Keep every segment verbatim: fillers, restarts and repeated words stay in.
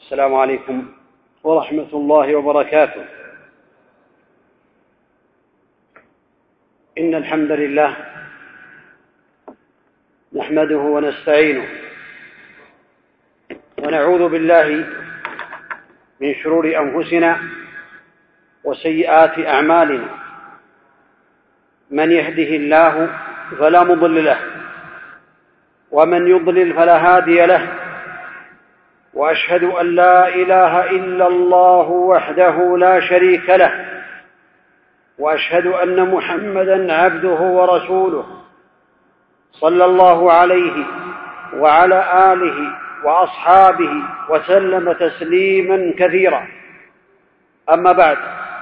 السلام عليكم ورحمة الله وبركاته. إن الحمد لله نحمده ونستعينه ونعوذ بالله من شرور أنفسنا وسيئات أعمالنا. من يهده الله فلا مضل له ومن يضلل فلا هادي له، وأشهد أن لا إله إلا الله وحده لا شريك له، وأشهد أن محمدًا عبده ورسوله صلى الله عليه وعلى آله وأصحابه وسلم تسليمًا كثيرا. أما بعد،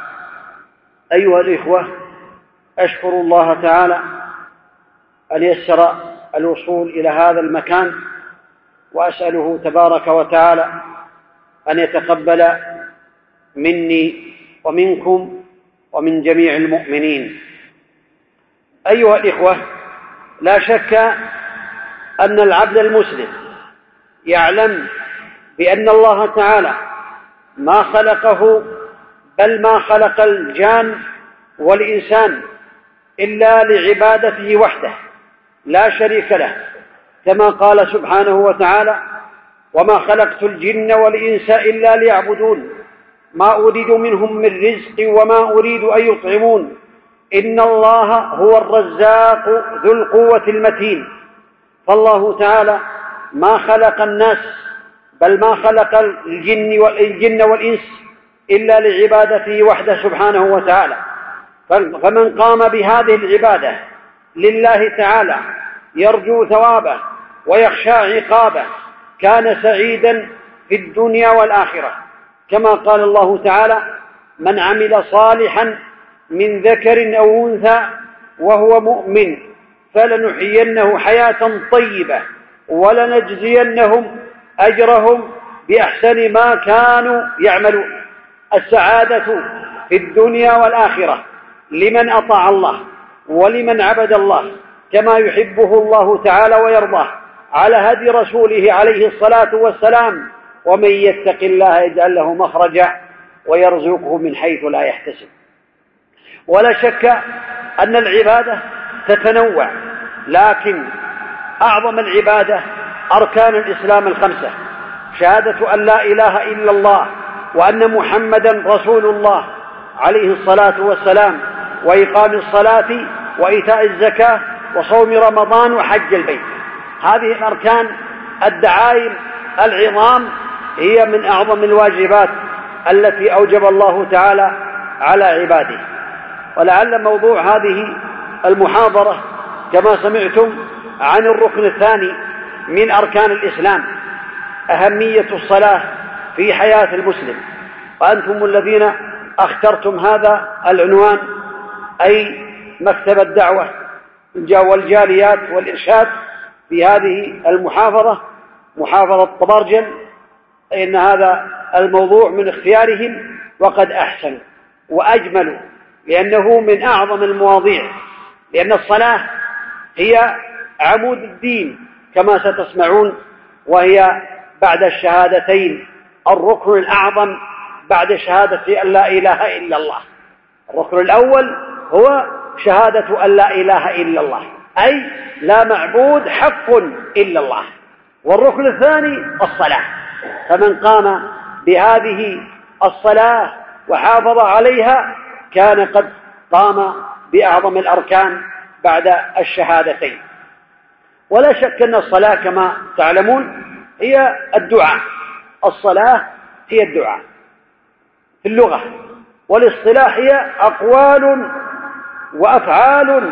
أيها الإخوة، أشكر الله تعالى أن يسر الوصول إلى هذا المكان، وأسأله تبارك وتعالى أن يتقبل مني ومنكم ومن جميع المؤمنين. أيها الإخوة، لا شك أن العبد المسلم يعلم بأن الله تعالى ما خلقه بل ما خلق الجان والإنسان إلا لعبادته وحده لا شريك له، كما قال سبحانه وتعالى: وما خلقت الجن والإنس إلا ليعبدون ما أريد منهم من رزق وما أريد أن يطعمون إن الله هو الرزاق ذو القوة المتين. فالله تعالى ما خلق الناس بل ما خلق الجن والإنس إلا لعبادته وحده سبحانه وتعالى. فمن قام بهذه العبادة لله تعالى يرجو ثوابه ويخشى عقابه كان سعيدا في الدنيا والآخرة، كما قال الله تعالى: من عمل صالحا من ذكر أو أنثى وهو مؤمن فلنحيينه حياة طيبة ولنجزينهم أجرهم بأحسن ما كانوا يعملون. السعادة في الدنيا والآخرة لمن أطاع الله ولمن عبد الله كما يحبه الله تعالى ويرضاه على هدي رسوله عليه الصلاة والسلام: ومن يتق الله يجعل له مخرجا ويرزقه من حيث لا يحتسب. ولا شك أن العبادة تتنوع، لكن أعظم العبادة أركان الإسلام الخمسة: شهادة أن لا إله إلا الله وأن محمدا رسول الله عليه الصلاة والسلام، وإقام الصلاة وإيتاء الزكاة وصوم رمضان وحج البيت. هذه الأركان الدعائم العظام هي من أعظم الواجبات التي أوجب الله تعالى على عباده. ولعل موضوع هذه المحاضرة كما سمعتم عن الركن الثاني من أركان الإسلام، أهمية الصلاة في حياة المسلم. وأنتم الذين اخترتم هذا العنوان، أي مكتب الدعوة والجاليات والإرشاد في هذه المحافظة، محافظة طبرجل، إن هذا الموضوع من اختيارهم، وقد أحسنوا وأجملوا، لأنه من أعظم المواضيع، لأن الصلاة هي عمود الدين كما ستسمعون، وهي بعد الشهادتين الركن الأعظم بعد شهادة أن لا إله إلا الله. الركن الأول هو شهادة أن لا إله إلا الله، أي لا معبود حق إلا الله. والركن الثاني الصلاة، فمن قام بهذه الصلاة وحافظ عليها كان قد قام بأعظم الأركان بعد الشهادتين. ولا شك أن الصلاة كما تعلمون هي الدعاء. الصلاة هي الدعاء في اللغة، والاصطلاح هي أقوال وأفعال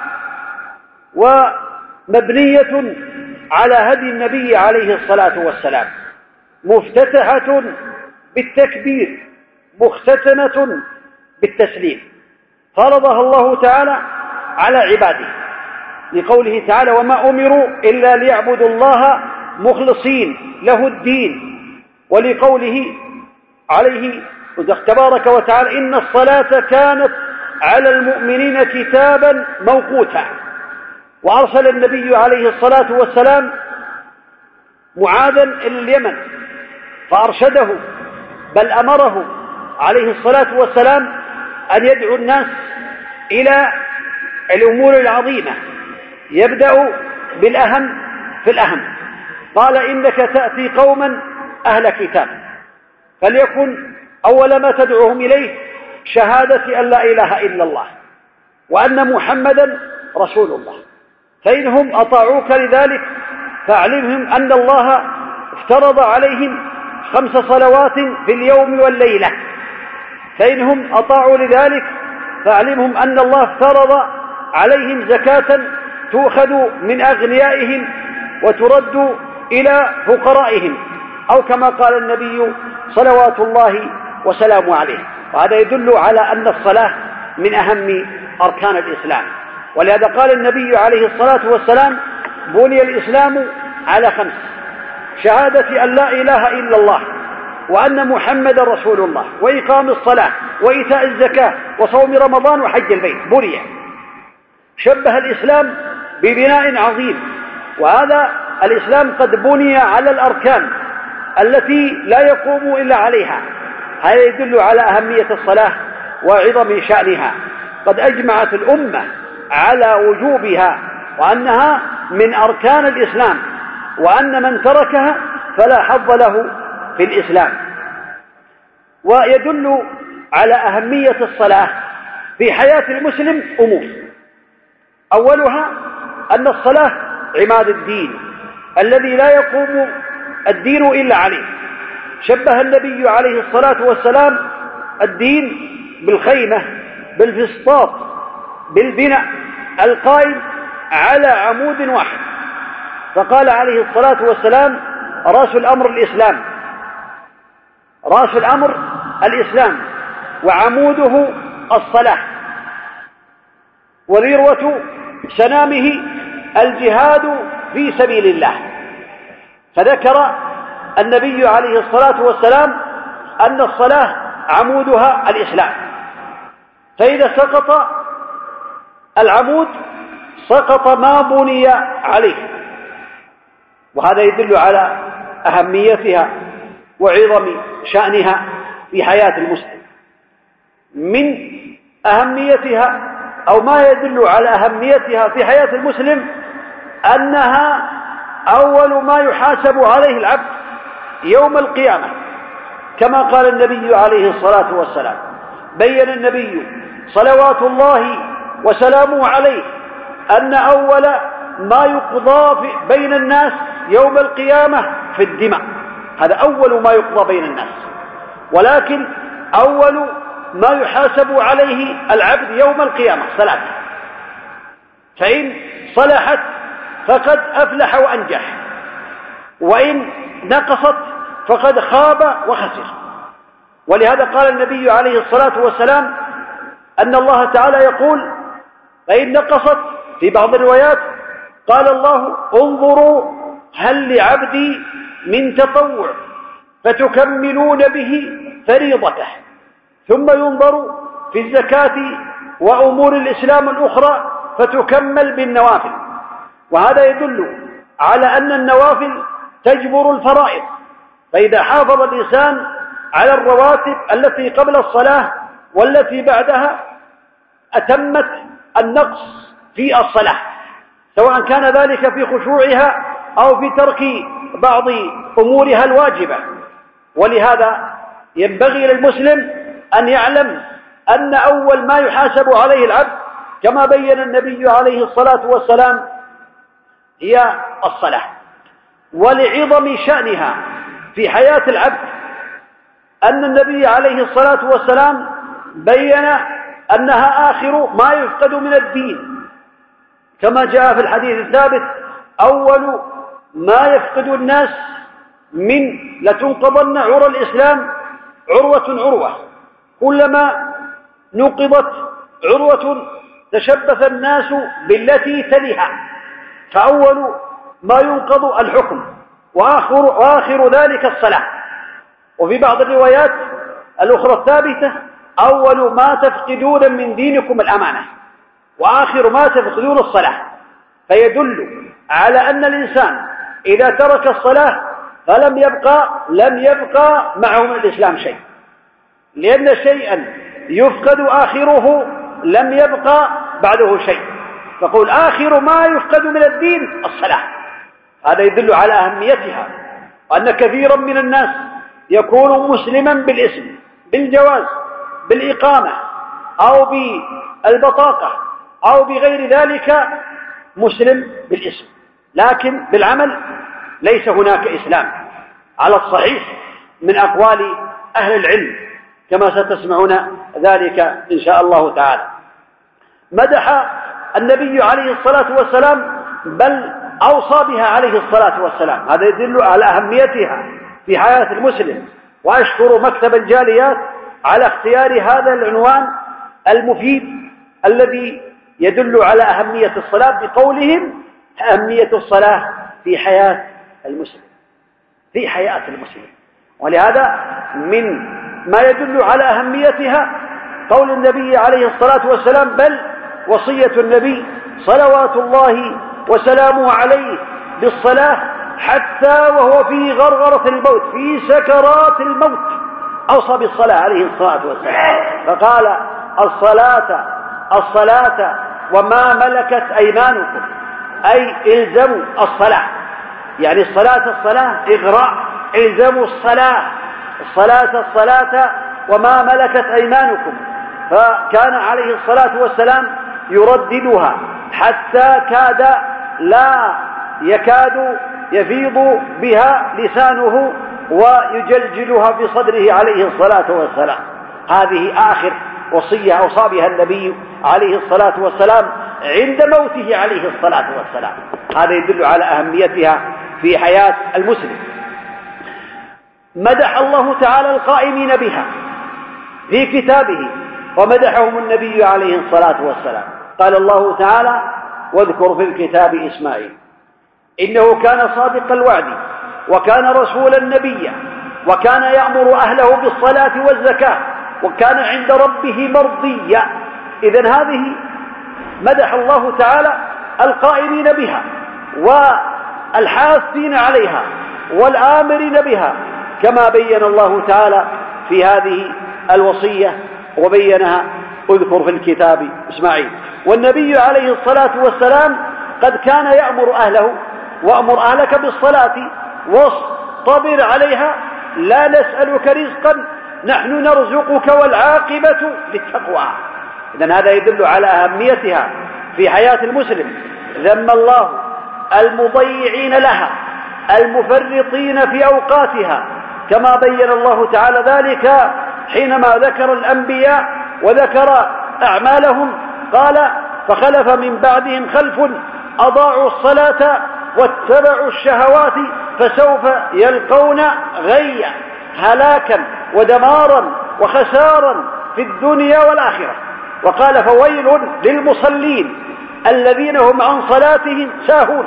ومبنية على هدي النبي عليه الصلاة والسلام، مفتتحة بالتكبير مختتمة بالتسليم، فرضها الله تعالى على عباده، لقوله تعالى: وما أمروا إلا ليعبدوا الله مخلصين له الدين، ولقوله عليه تبارك وتعالى: إن الصلاة كانت على المؤمنين كتابا موقوتا. وأرسل النبي عليه الصلاة والسلام معاذا إلى اليمن فأرشده بل أمره عليه الصلاة والسلام أن يدعو الناس إلى الأمور العظيمة، يبدأ بالأهم في الأهم. قال إنك تأتي قوما أهل كتاب، فليكن أول ما تدعوهم إليه شهادة أن لا إله إلا الله وأن محمدا رسول الله، فإنهم أطاعوك لذلك فأعلمهم أن الله افترض عليهم خمس صلوات في اليوم والليلة، فإنهم أطاعوا لذلك فأعلمهم أن الله افترض عليهم زكاة تؤخذ من أغنيائهم وترد إلى فقرائهم، أو كما قال النبي صلوات الله وسلامه عليه. وهذا يدل على أن الصلاة من أهم أركان الإسلام، ولهذا قال النبي عليه الصلاة والسلام بني الإسلام على خمس: شهادة أن لا إله إلا الله وأن محمد رسول الله وإقام الصلاة وإيتاء الزكاة وصوم رمضان وحج البيت. بني، شبه الإسلام ببناء عظيم، وهذا الإسلام قد بني على الأركان التي لا يقوم إلا عليها. هذا يدل على أهمية الصلاة وعظم شأنها. قد أجمعت الأمة على وجوبها وأنها من أركان الإسلام، وأن من تركها فلا حظ له في الإسلام. ويدل على أهمية الصلاة في حياة المسلم أمور: أولها أن الصلاة عماد الدين الذي لا يقوم الدين إلا عليه. شبه النبي عليه الصلاة والسلام الدين بالخيمة، بالفسطاط، بالبناء القائم على عمود واحد، فقال عليه الصلاة والسلام: رأس الأمر الإسلام، رأس الأمر الإسلام وعموده الصلاة، وذروة سنامه الجهاد في سبيل الله. فذكر النبي عليه الصلاة والسلام أن الصلاة عمودها الإسلام، فإذا سقط العمود سقط ما بني عليه. وهذا يدل على أهميتها وعظم شأنها في حياة المسلم. من أهميتها أو ما يدل على أهميتها في حياة المسلم أنها أول ما يحاسب عليه العبد يوم القيامة، كما قال النبي عليه الصلاة والسلام. بين النبي صلوات الله وسلامه عليه أن أول ما يقضى بين الناس يوم القيامة في الدماء، هذا أول ما يقضى بين الناس، ولكن أول ما يحاسب عليه العبد يوم القيامة صلاته، فإن صلحت فقد أفلح وأنجح، وإن نقصت فقد خاب وخسر. ولهذا قال النبي عليه الصلاة والسلام أن الله تعالى يقول: فإن نقصت، في بعض الروايات قال الله: انظروا هل لعبدي من تطوع فتكملون به فريضته، ثم ينظر في الزكاة وأمور الإسلام الأخرى فتكمل بالنوافل. وهذا يدل على أن النوافل تجبر الفرائض، فإذا حافظ الإنسان على الرواتب التي قبل الصلاة والتي بعدها أتمت النقص في الصلاة، سواء كان ذلك في خشوعها أو في ترك بعض أمورها الواجبة. ولهذا ينبغي للمسلم أن يعلم أن أول ما يحاسب عليه العبد كما بين النبي عليه الصلاة والسلام هي الصلاة. ولعظم شأنها في حياة العبد أن النبي عليه الصلاة والسلام بين أنها آخر ما يفقد من الدين، كما جاء في الحديث الثابت: أول ما يفقد الناس من لتنقضن عرى الإسلام عروة عروة، كلما نقضت عروة تشبث الناس بالتي تليها، فأول ما ينقض الحكم وآخر, وآخر ذلك الصلاة. وفي بعض الروايات الأخرى الثابتة: أول ما تفقدون من دينكم الأمانة، وآخر ما تفقدون الصلاة. فيدل على أن الإنسان إذا ترك الصلاة فلم يبقى لم يبقى معه من الإسلام شيء، لأن شيئا يفقد آخره لم يبقى بعده شيء. فقول آخر ما يفقد من الدين الصلاة. هذا يدل على أهميتها، أن كثيرا من الناس يكون مسلما بالاسم، بالجواز، بالإقامة، أو بالبطاقة، أو بغير ذلك، مسلم بالاسم، لكن بالعمل ليس هناك إسلام على الصحيح من أقوال أهل العلم، كما ستسمعون ذلك إن شاء الله تعالى. مدح النبي عليه الصلاة والسلام، بل أوصى بها عليه الصلاة والسلام. هذا يدل على أهميتها في حياة المسلم. وأشكر مكتب الجاليات على اختيار هذا العنوان المفيد الذي يدل على أهمية الصلاة بقولهم أهمية الصلاة في حياة المسلم، في حياة المسلم. ولهذا من ما يدل على أهميتها قول النبي عليه الصلاة والسلام، بل وصية النبي صلوات الله وسلامه عليه بالصلاة حتى وهو في غرغرة الموت، في سكرات الموت، أوصى بالصلاة عليه الصلاة والسلام، فقال الصلاة الصلاة وما ملكت أيمانكم، أي إلزموا الصلاة، يعني الصلاة الصلاة إغراء، إلزموا الصلاة الصلاة الصلاة وما ملكت أيمانكم. فكان عليه الصلاة والسلام يرددها حتى كاد لا يكاد يفيض بها لسانه ويجلجلها في صدره عليه الصلاة والسلام. هذه آخر وصية أوصى بها النبي عليه الصلاة والسلام عند موته عليه الصلاة والسلام. هذا يدل على أهميتها في حياة المسلم. مدح الله تعالى القائمين بها في كتابه، ومدحهم النبي عليه الصلاة والسلام. قال الله تعالى: واذكر في الكتاب إسماعيل إنه كان صادق الوعد وكان رسولا نبيا وكان يأمر أهله بالصلاة والزكاة وكان عند ربه مرضيا. إذن هذه مدح الله تعالى القائمين بها والحاثين عليها والآمرين بها، كما بين الله تعالى في هذه الوصية وبينها: اذكر في الكتاب إسماعيل. والنبي عليه الصلاة والسلام قد كان يأمر أهله: وأمر أهلك بالصلاة واصطبر عليها لا نسألك رزقا نحن نرزقك والعاقبة للتقوى. إذن هذا يدل على أهميتها في حياة المسلم. ذم الله المضيعين لها المفرطين في أوقاتها، كما بين الله تعالى ذلك حينما ذكر الأنبياء وذكر أعمالهم. قال: فخلف من بعدهم خلف أضاعوا الصلاة واتبعوا الشهوات فسوف يلقون غيا، هلاكا ودمارا وخسارا في الدنيا والآخرة. وقال: فويل للمصلين الذين هم عن صلاتهم ساهون.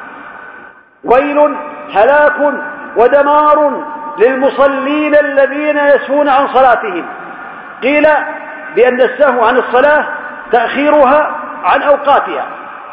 ويل، هلاك ودمار للمصلين الذين يسهون عن صلاتهم. قيل بأن السهو عن الصلاة تأخيرها عن أوقاتها،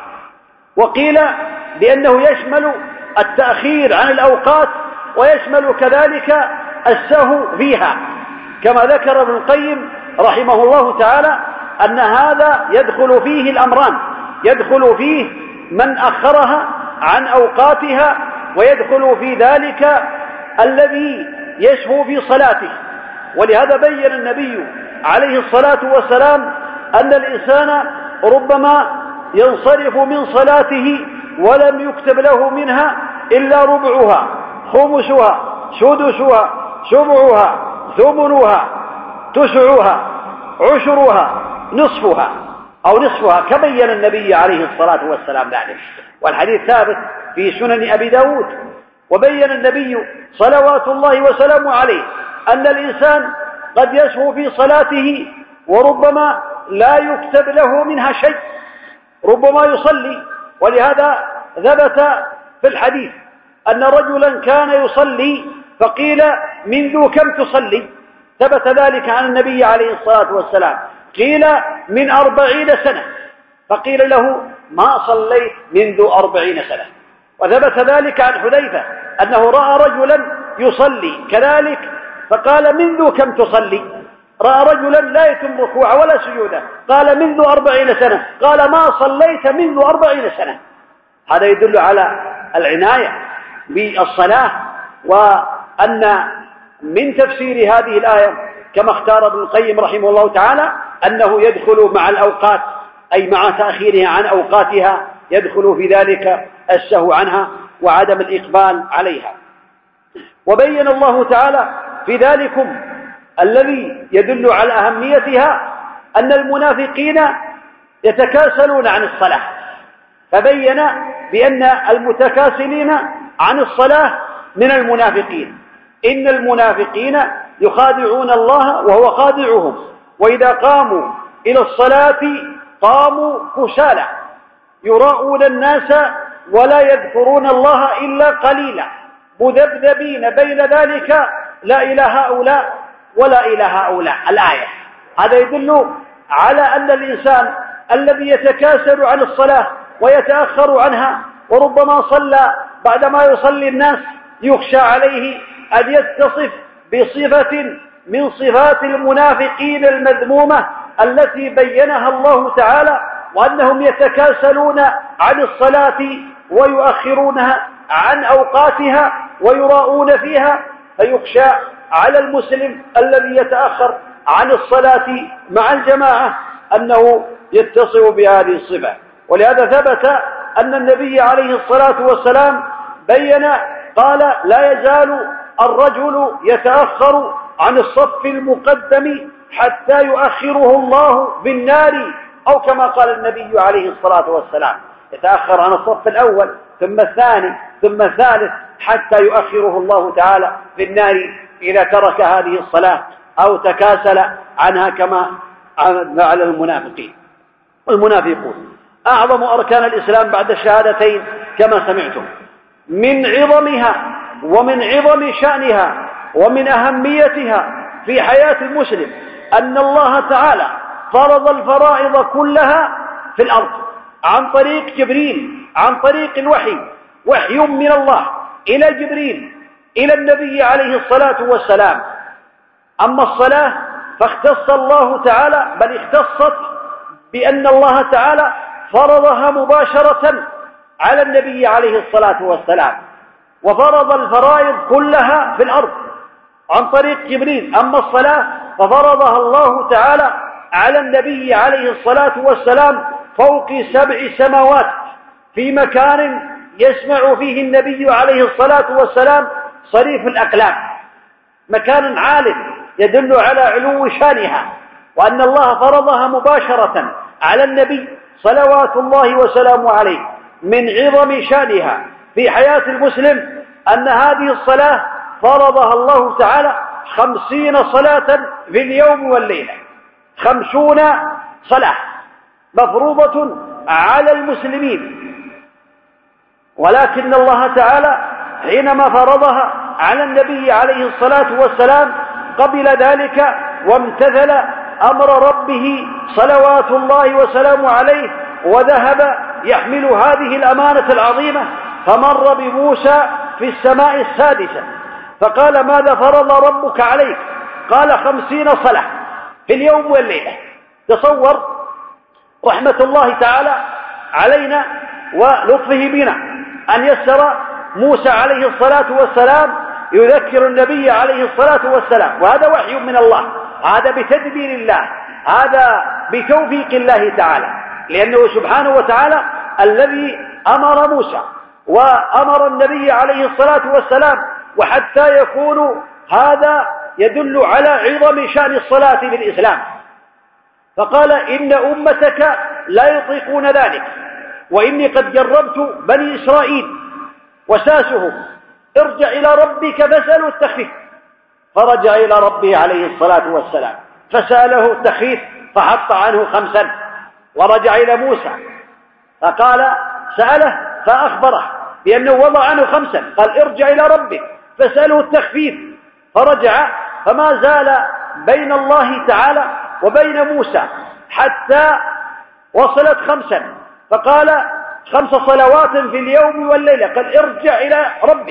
وقيل بأنه يشمل التأخير عن الأوقات ويشمل كذلك السهو فيها، كما ذكر ابن القيم رحمه الله تعالى أن هذا يدخل فيه الأمران، يدخل فيه من أخرها عن أوقاتها، ويدخل في ذلك الذي يسهو في صلاته. ولهذا بين النبي عليه الصلاة والسلام أن الإنسان ربما ينصرف من صلاته ولم يكتب له منها إلا ربعها، خمسها، سدسها، سبعها، ثمنها، تسعها، عشرها، نصفها أو نصفها، كبين النبي عليه الصلاة والسلام ذلك. والحديث ثابت في سنن أبي داود. وبين النبي صلوات الله وسلامه عليه أن الإنسان قد يسهو في صلاته وربما لا يكتب له منها شيء، ربما يصلي. ولهذا ثبت في الحديث أن رجلا كان يصلي فقيل: منذ كم تصلي؟ ثبت ذلك عن النبي عليه الصلاة والسلام. قيل: من أربعين سنة. فقيل له: ما صليت منذ أربعين سنة. وثبت ذلك عن حذيفة أنه رأى رجلا يصلي كذلك فقال منذ كم تصلي؟ رأى رجلا لا يتم ركوعا ولا سجودا قال منذ أربعين سنة قال ما صليت منذ أربعين سنة. هذا يدل على العناية بالصلاة، وأن من تفسير هذه الآية كما اختار ابن القيم رحمه الله تعالى أنه يدخل مع الأوقات، أي مع تأخيرها عن أوقاتها يدخل في ذلك السهو عنها وعدم الإقبال عليها. وبين الله تعالى في ذلكم الذي يدل على أهميتها أن المنافقين يتكاسلون عن الصلاة، فبين بأن المتكاسلين عن الصلاة من المنافقين. إن المنافقين يخادعون الله وهو خادعهم، وإذا قاموا إلى الصلاة قاموا كسالى يراءون الناس ولا يذكرون الله إلا قليلا مذبذبين بين ذلك لا إلى هؤلاء ولا إلى هؤلاء. الآية هذا يدل على أن الإنسان الذي يتكاسل عن الصلاة ويتأخر عنها وربما صلى بعدما يصلي الناس يخشى عليه أن يتصف بصفة من صفات المنافقين المذمومة التي بينها الله تعالى، وأنهم يتكاسلون عن الصلاة ويؤخرونها عن أوقاتها ويراؤون فيها، فيخشى على المسلم الذي يتأخر عن الصلاة مع الجماعة أنه يتصف بهذه الصفة. ولهذا ثبت أن النبي عليه الصلاة والسلام بين قال لا يزال الرجل يتأخر عن الصف المقدم حتى يؤخره الله بالنار، أو كما قال النبي عليه الصلاة والسلام يتأخر عن الصف الأول ثم الثاني ثم الثالث حتى يؤخره الله تعالى بالنار إذا ترك هذه الصلاة أو تكاسل عنها كما فعل المنافقين. المنافقون أعظم أركان الإسلام بعد الشهادتين كما سمعتم، من عظمها ومن عظم شأنها ومن أهميتها في حياة المسلم أن الله تعالى فرض الفرائض كلها في الأرض عن طريق جبريل، عن طريق الوحي، وحي من الله إلى جبريل إلى النبي عليه الصلاة والسلام. أما الصلاة فاختص الله تعالى بل اختصت بأن الله تعالى فرضها مباشرة على النبي عليه الصلاة والسلام، وفرض الفرائض كلها في الأرض عن طريق جبريل. أما الصلاة ففرضها الله تعالى على النبي عليه الصلاة والسلام فوق سبع سماوات في مكان يسمع فيه النبي عليه الصلاة والسلام صريف الأقلام، مكان عال يدل على علو شانها، وأن الله فرضها مباشرة على النبي صلوات الله وسلامه عليه. من عظم شانها في حياة المسلم أن هذه الصلاة فرضها الله تعالى خمسين صلاة في اليوم والليلة، خمسون صلاة مفروضة على المسلمين. ولكن الله تعالى حينما فرضها على النبي عليه الصلاة والسلام قبل ذلك وامتثل أمر ربه صلوات الله وسلامه عليه، وذهب يحمل هذه الأمانة العظيمة، فمر بموسى في السماء السادسة فقال ماذا فرض ربك عليك؟ قال خمسين صلاة في اليوم والليلة. تصور رحمة الله تعالى علينا ولطفه بنا أن يسر موسى عليه الصلاة والسلام يذكر النبي عليه الصلاة والسلام، وهذا وحي من الله، هذا بتدبير الله، هذا بتوفيق الله تعالى، لأنه سبحانه وتعالى الذي أمر موسى وأمر النبي عليه الصلاة والسلام، وحتى يكون هذا يدل على عظم شأن الصلاة بالإسلام. فقال إن أمتك لا يطيقون ذلك، وإني قد جربت بني إسرائيل وساسهم، ارجع إلى ربك فاسأله التخفيف. فرجع إلى ربه عليه الصلاة والسلام فسأله التخفيف فحط عنه خمسا، ورجع إلى موسى فقال سأله فأخبره بأنه وضع عنه خمسا، قال ارجع إلى ربك فاسأله التخفيف، فرجع، فما زال بين الله تعالى وبين موسى حتى وصلت خمسا، فقال خمس صلوات في اليوم والليلة، قال ارجع إلى ربك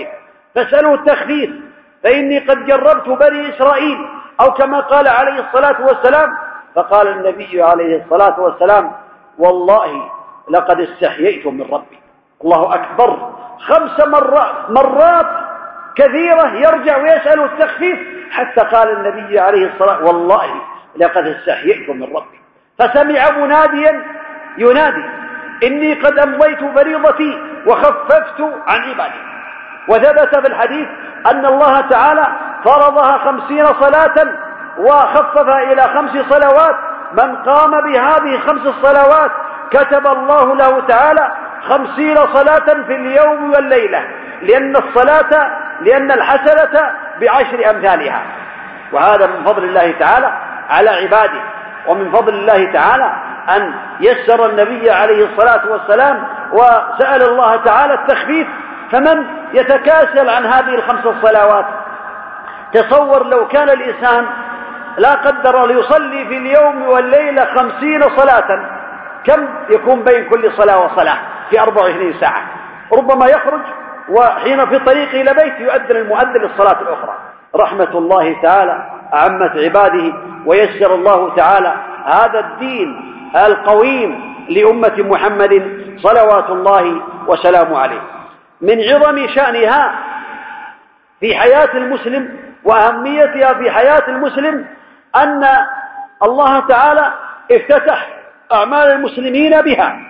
فاسألوا التخفيف فإني قد جربت بني إسرائيل، أو كما قال عليه الصلاة والسلام. فقال النبي عليه الصلاة والسلام: والله لقد استحييت من ربي. الله أكبر، خمس مرات مرات كثيرة يرجع ويسأل التخفيف، حتى قال النبي عليه الصلاة: والله لقد استحييت من ربي. فسمع مناديا ينادي: إني قد أمضيت فريضتي وخففت عن عبادي. وثبت في الحديث أن الله تعالى فرضها خمسين صلاة وخففها إلى خمس صلوات. من قام بهذه الخمس الصلوات كتب الله له تعالى خمسين صلاة في اليوم والليلة، لأن الصلاة لأن الحسنة بعشر أمثالها. وهذا من فضل الله تعالى على عباده، ومن فضل الله تعالى أن يسر النبي عليه الصلاة والسلام وسأل الله تعالى التخفيف. فمن يتكاسل عن هذه الخمس الصلوات، تصور لو كان الإنسان لا قدر ليصلي في اليوم والليلة خمسين صلاة، كم يكون بين كل صلاة وصلاة في أربع وعشرين ساعة؟ ربما يخرج وحين في طريقه إلى بيت يؤذن المؤذن للصلاة الأخرى. رحمة الله تعالى أعمت عباده، ويسر الله تعالى هذا الدين القويم لأمة محمد صلوات الله وسلامه عليه. من عظم شأنها في حياة المسلم وأهميتها في حياة المسلم أن الله تعالى افتتح أعمال المسلمين بها،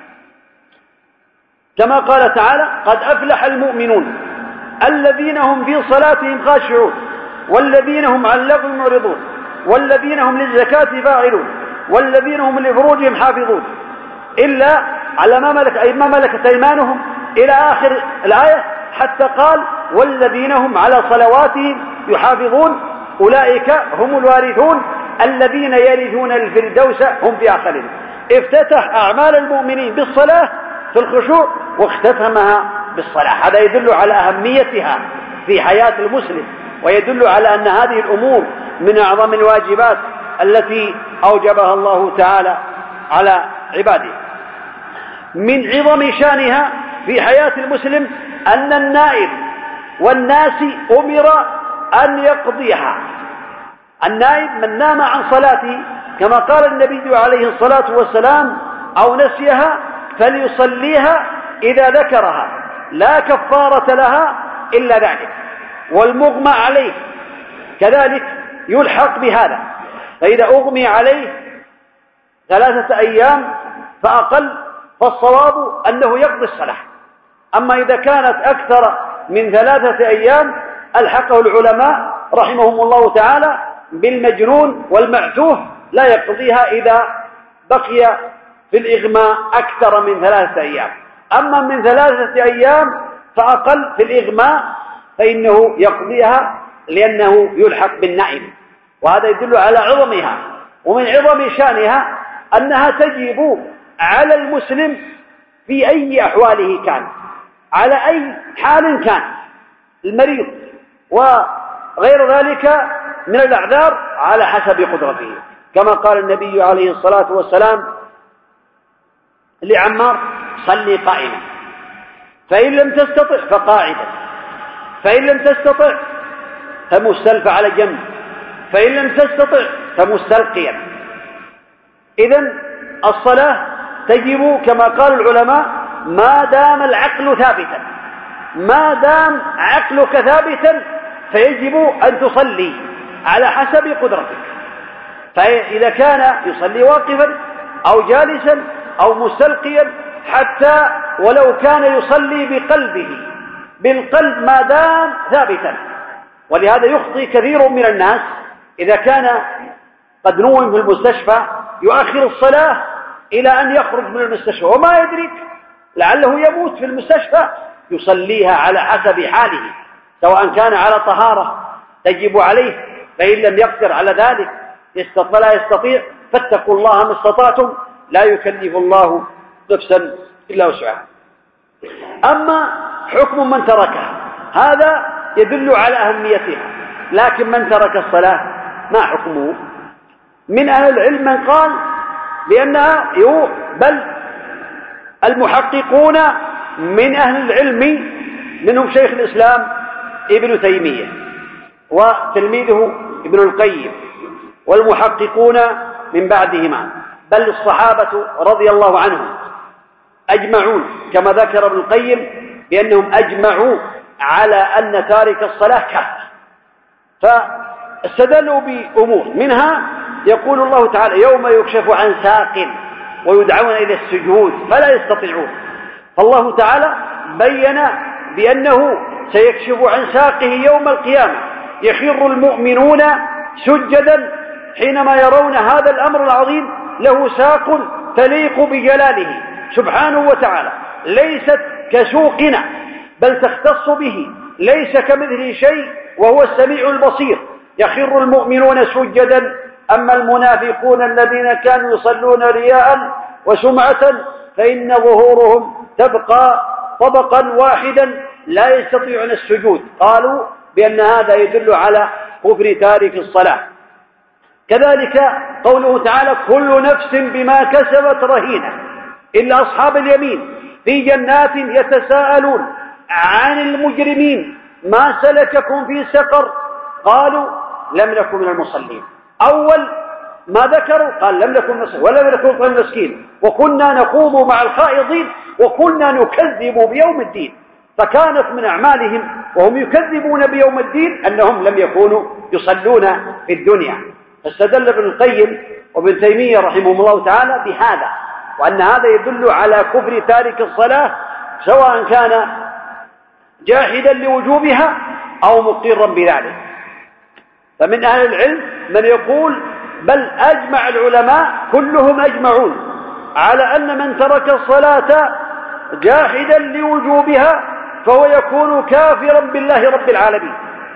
كما قال تعالى: قد أفلح المؤمنون الذين هم في صلاتهم خاشعون والذين هم عن اللغو معرضون والذين هم للزكاة فاعلون والذين هم لفروجهم حافظون إلا على ما ملك أي ما ملكت أيمانهم إلى آخر الآية، حتى قال: والذين هم على صلواتهم يحافظون أولئك هم الوارثون الذين يرثون الفردوس هم فيها خالدون. افتتح أعمال المؤمنين بالصلاة في الخشوع واختتمها بالصلاة. هذا يدل على أهميتها في حياة المسلم، ويدل على أن هذه الأمور من أعظم الواجبات التي أوجبها الله تعالى على عباده. من عظم شأنها في حياة المسلم أن النائب والناس أمر أن يقضيها. النائب من نام عن صلاته، كما قال النبي عليه الصلاة والسلام: أو نسيها فليصليها إذا ذكرها، لا كفارة لها إلا ذلك. والمغمى عليه كذلك يلحق بهذا، فإذا أغمي عليه ثلاثة أيام فأقل فالصواب أنه يقضي الصلاة. أما إذا كانت أكثر من ثلاثة أيام ألحقه العلماء رحمهم الله تعالى بالمجنون والمعتوه، لا يقضيها إذا بقي في الإغماء أكثر من ثلاثة أيام. أما من ثلاثة أيام فأقل في الإغماء فإنه يقضيها لأنه يلحق بالنائم. وهذا يدل على عظمها. ومن عظم شأنها أنها تجب على المسلم في أي أحواله كان، على أي حال كان، المريض وغير ذلك من الأعذار على حسب قدرته، كما قال النبي عليه الصلاة والسلام لعمار: صلي قائما، فإن لم تستطع فقاعدا، فإن لم تستطع فمستلف على جنب، فإن لم تستطع فمستلقيا. إذن الصلاة تجب كما قال العلماء ما دام العقل ثابتا، ما دام عقلك ثابتا فيجب أن تصلي على حسب قدرتك. فإذا كان يصلي واقفا أو جالسا أو مستلقيا، حتى ولو كان يصلي بقلبه، بالقلب ما دام ثابتا. ولهذا يخطي كثير من الناس إذا كان قد نوم في المستشفى يؤخر الصلاة إلى أن يخرج من المستشفى وما يدرك لعله يموت في المستشفى، يصليها على حسب حاله، سواء كان على طهارة تجب عليه، فإن لم يقدر على ذلك لا يستطيع فاتقوا الله ما استطعتم، لا يكلف الله نفسا إلا وسعها. أما حكم من تركها هذا يدل على أهميتها، لكن من ترك الصلاة ما حكمه؟ من أهل العلم من قال بأنها بل المحققون من أهل العلم منهم شيخ الإسلام ابن تيمية وتلميذه ابن القيم والمحققون من بعدهما، بل الصحابة رضي الله عنهم أجمعون كما ذكر ابن القيم بأنهم أجمعوا على أن تارك الصلاة كافر. فاستدلوا بأمور منها يقول الله تعالى يوم يكشف عن ساق ويدعون إلى السجود فلا يستطيعون، فالله تعالى بين بأنه سيكشف عن ساقه يوم القيامة، يخر المؤمنون سجدا حينما يرون هذا الأمر العظيم، له ساق تليق بجلاله سبحانه وتعالى، ليست كسوقنا بل تختص به، ليس كمثله شيء وهو السميع البصير. يخر المؤمنون سجدا، أما المنافقون الذين كانوا يصلون رياء وسمعة فإن ظهورهم تبقى طبقا واحدا لا يستطيعون السجود. قالوا بأن هذا يدل على كفر تارك الصلاة. كذلك قوله تعالى كل نفس بما كسبت رهينة إلا أصحاب اليمين في جنات يتساءلون عن المجرمين ما سلككم في سقر قالوا لم نكن من المصلين. أول ما ذكروا قال لم نكن نصلي ولم نكن نطعم المسكين وكنا نخوض مع الخائضين وكنا نكذب بيوم الدين. فكانت من أعمالهم وهم يكذبون بيوم الدين أنهم لم يكونوا يصلون في الدنيا. فاستدل ابن القيم وابن تيمية رحمهم الله تعالى بهذا، وأن هذا يدل على كفر تارك الصلاة سواء كان جاحدا لوجوبها أو مقرا بذلك. فمن أهل العلم من يقول بل أجمع العلماء كلهم أجمعون على أن من ترك الصلاة جاحدا لوجوبها فهو يكون كافرا بالله رب العالمين،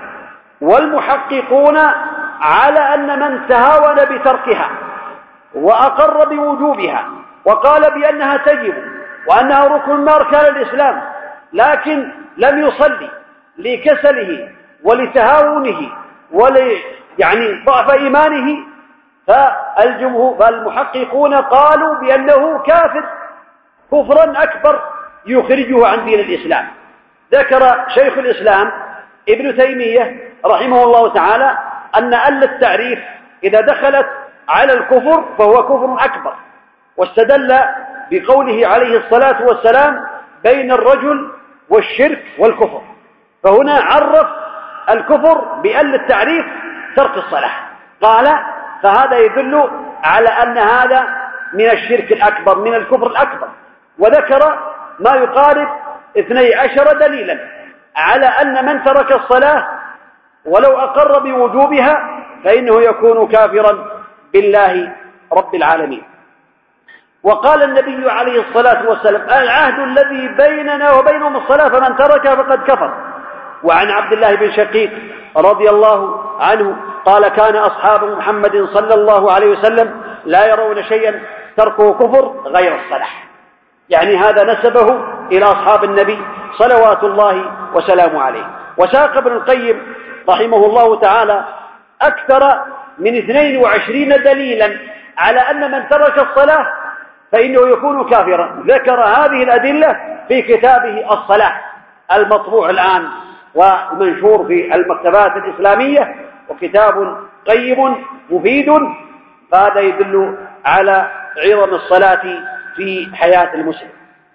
والمحققون على أن من تهاون بتركها وأقر بوجوبها وقال بأنها تجب وأنها ركن من أركان الإسلام لكن لم يصلي لكسله ولتهاونه ول يعني ضعف إيمانه، فالجمهور فالمحققون قالوا بأنه كافر كفرا أكبر يخرجه عن دين الإسلام. ذكر شيخ الإسلام ابن تيمية رحمه الله تعالى أن أل التعريف إذا دخلت على الكفر فهو كفر أكبر، واستدل بقوله عليه الصلاة والسلام بين الرجل والشرك والكفر، فهنا عرف الكفر بأل التعريف ترك الصلاة، قال فهذا يدل على أن هذا من الشرك الأكبر من الكفر الأكبر، وذكر ما يقارب اثني عشر دليلا على أن من ترك الصلاة ولو أقر بوجوبها فإنه يكون كافرا بالله رب العالمين. وقال النبي عليه الصلاة والسلام العهد الذي بيننا وبينهم الصلاة فمن تركها فقد كفر. وعن عبد الله بن شقيق رضي الله عنه قال كان أصحاب محمد صلى الله عليه وسلم لا يرون شيئا تركه كفر غير الصلاة، يعني هذا نسبه إلى أصحاب النبي صلوات الله وسلامه عليه. وساق ابن القيم رحمه الله تعالى أكثر من اثنين وعشرين دليلا على أن من ترك الصلاة فإنه يكون كافرا. ذكر هذه الأدلة في كتابه الصلاة المطبوع الآن ومنشور في المكتبات الإسلامية، وكتاب قيم مفيد، فهذا يدل على عظم الصلاة في حياة المسلم.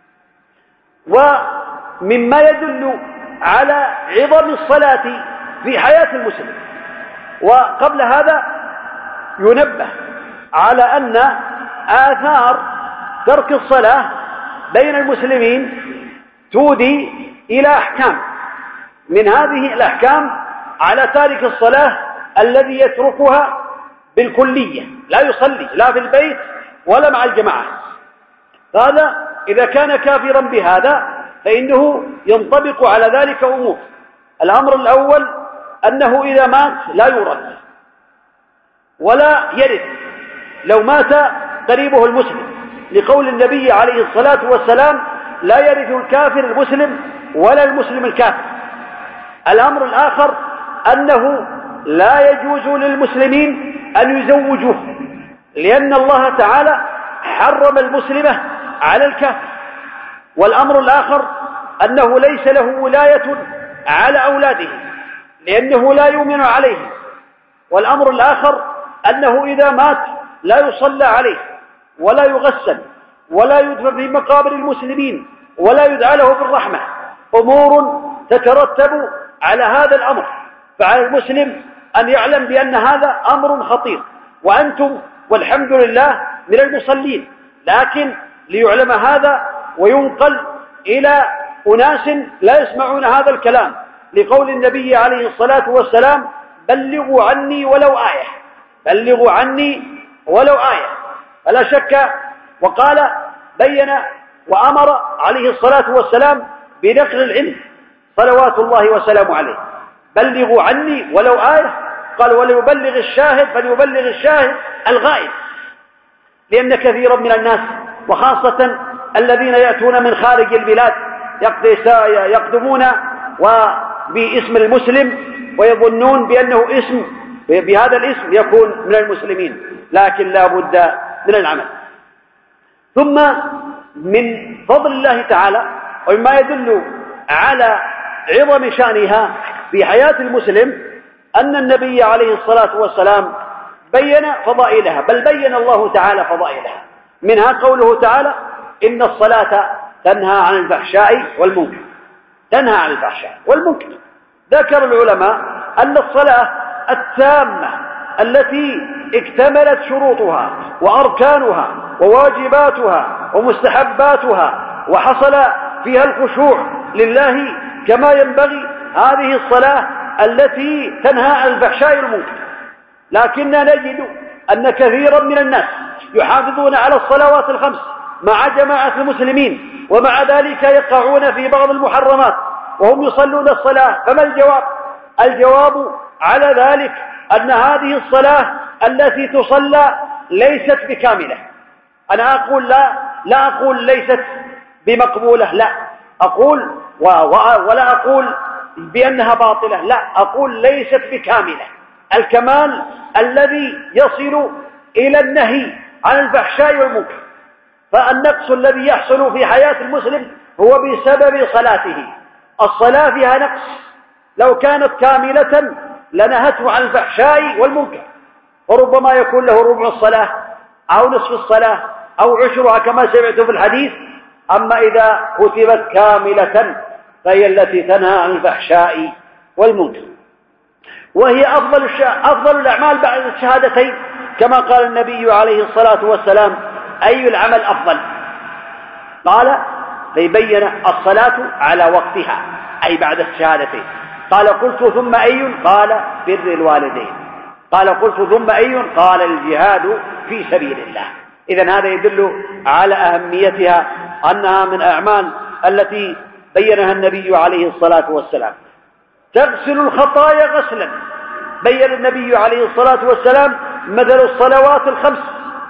ومما يدل على عظم الصلاة في حياة المسلم وقبل هذا ينبه على أن آثار ترك الصلاة بين المسلمين تودي إلى أحكام. من هذه الأحكام على تارك الصلاة الذي يتركها بالكلية، لا يصلي لا في البيت ولا مع الجماعة، هذا إذا كان كافرا بهذا فإنه ينطبق على ذلك أمور. الأمر الأول أنه إذا مات لا يورث ولا يرث لو مات قريبه المسلم، لقول النبي عليه الصلاة والسلام لا يرث الكافر المسلم ولا المسلم الكافر. الأمر الآخر أنه لا يجوز للمسلمين أن يزوجوه، لأن الله تعالى حرم المسلمة على الكافر. والأمر الآخر أنه ليس له ولاية على أولاده، لأنه لا يؤمن عليه. والأمر الآخر أنه إذا مات لا يصلى عليه ولا يغسل ولا يدفن في مقابر المسلمين ولا يدعى له بالرحمة، أمور تترتب على هذا الأمر. فعلى المسلم أن يعلم بأن هذا أمر خطير، وأنتم والحمد لله من المصلين، لكن ليعلم هذا وينقل إلى أناس لا يسمعون هذا الكلام، لقول النبي عليه الصلاة والسلام: بلغوا عني ولو آية، بلغوا عني ولو آية. فلا شك، وقال بين وأمر عليه الصلاة والسلام بنقل العلم صلوات الله وسلامه عليه. بلغوا عني ولو آية، قال: وليبلغ الشاهد فليبلغ الشاهد الغائب. لأن كثيرا من الناس وخاصة الذين يأتون من خارج البلاد يقدمون وباسم المسلم ويظنون بأنه اسم بهذا الاسم يكون من المسلمين، لكن لا بد من العمل. ثم من فضل الله تعالى ومما يدل على عظم شأنها في حياة المسلم أن النبي عليه الصلاة والسلام بين فضائلها، بل بين الله تعالى فضائلها. منها قوله تعالى: إن الصلاة تنهى عن الفحشاء والمنكر. تنهى عن الفحشاء والمنكر. ذكر العلماء أن الصلاة التامة التي اكتملت شروطها وأركانها وواجباتها ومستحباتها وحصل فيها الخشوع لله كما ينبغي، هذه الصلاة التي تنهى عن الفحشاء والمنكر. لكننا نجد أن كثيرا من الناس يحافظون على الصلوات الخمس مع جماعة المسلمين، ومع ذلك يقعون في بعض المحرمات وهم يصلون الصلاة. فما الجواب؟ الجواب على ذلك أن هذه الصلاة التي تصلى ليست بكاملة. أنا أقول لا لا أقول ليست بمقبولة، لا أقول و ولا أقول بأنها باطلة، لا أقول ليست بكاملة. الكمال الذي يصل إلى النهي عن الفحشاء والمنكر. فالنقص الذي يحصل في حياة المسلم هو بسبب صلاته. الصلاة فيها نقص، لو كانت كاملة لنهته عن الفحشاء والمنكر، وربما يكون له ربع الصلاة أو نصف الصلاة أو عشرها كما سمعت في الحديث. أما إذا كتبت كاملة فهي التي تنهى عن الفحشاء والمنكر، وهي أفضل, أفضل الأعمال بعد الشهادتين، كما قال النبي عليه الصلاة والسلام: أي العمل أفضل؟ قال فيبين الصلاة على وقتها، أي بعد الشهادتين. قال: قلت ثم أي؟ قال: بر الوالدين. قال: قلت ثم أي؟ قال: الجهاد في سبيل الله. إذن هذا يدل على أهميتها، أنها من أعمال التي بينها النبي عليه الصلاة والسلام. تغسل الخطايا غسلا. بين النبي عليه الصلاة والسلام مثل الصلوات الخمس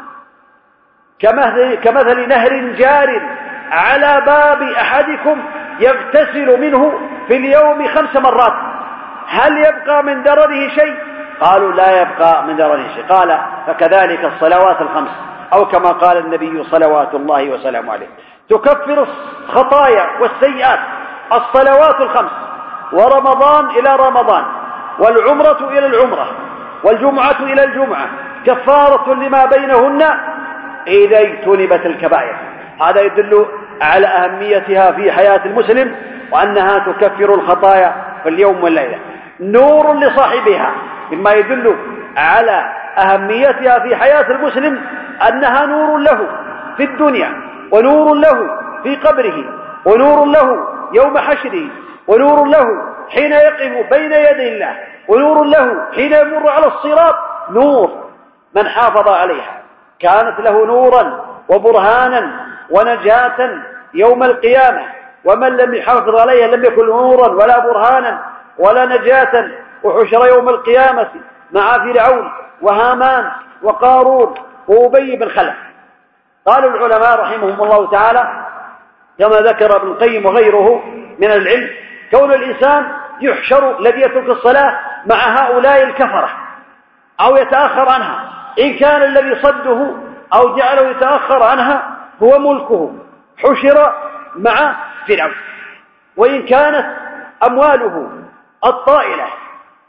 كمثل, كمثل نهر جار على باب أحدكم يغتسل منه في اليوم خمس مرات، هل يبقى من درره شيء؟ قالوا: لا يبقى من درره شيء. قال: فكذلك الصلوات الخمس، أو كما قال النبي صلوات الله وسلامه عليه. تكفر الخطايا والسيئات الصلوات الخمس، ورمضان إلى رمضان، والعمرة إلى العمرة، والجمعة إلى الجمعة، كفارة لما بينهن إذا اجتنبت الكبائر. هذا يدل على أهميتها في حياة المسلم، وأنها تكفر الخطايا في اليوم والليلة. نور لصاحبها. مما يدل على أهميتها في حياة المسلم أنها نور له في الدنيا، ونور له في قبره، ونور له يوم حشره، ونور له حين يقف بين يدي الله، ونور له حين يمر على الصراط. نور من حافظ عليها كانت له نورا وبرهانا ونجاة يوم القيامة، ومن لم يحافظ عليها لم يكن نورا ولا برهانا ولا نجاة، وحشر يوم القيامة مع فرعون وهامان وقارون وأبي بن خلف. قال العلماء رحمهم الله تعالى كما ذكر ابن القيم وغيره من العلم: كون الإنسان يحشر الذي يترك الصلاة مع هؤلاء الكفرة أو يتأخر عنها، إن كان الذي صده أو جعله يتأخر عنها هو ملكه حشر مع فرعون، وإن كانت أمواله الطائلة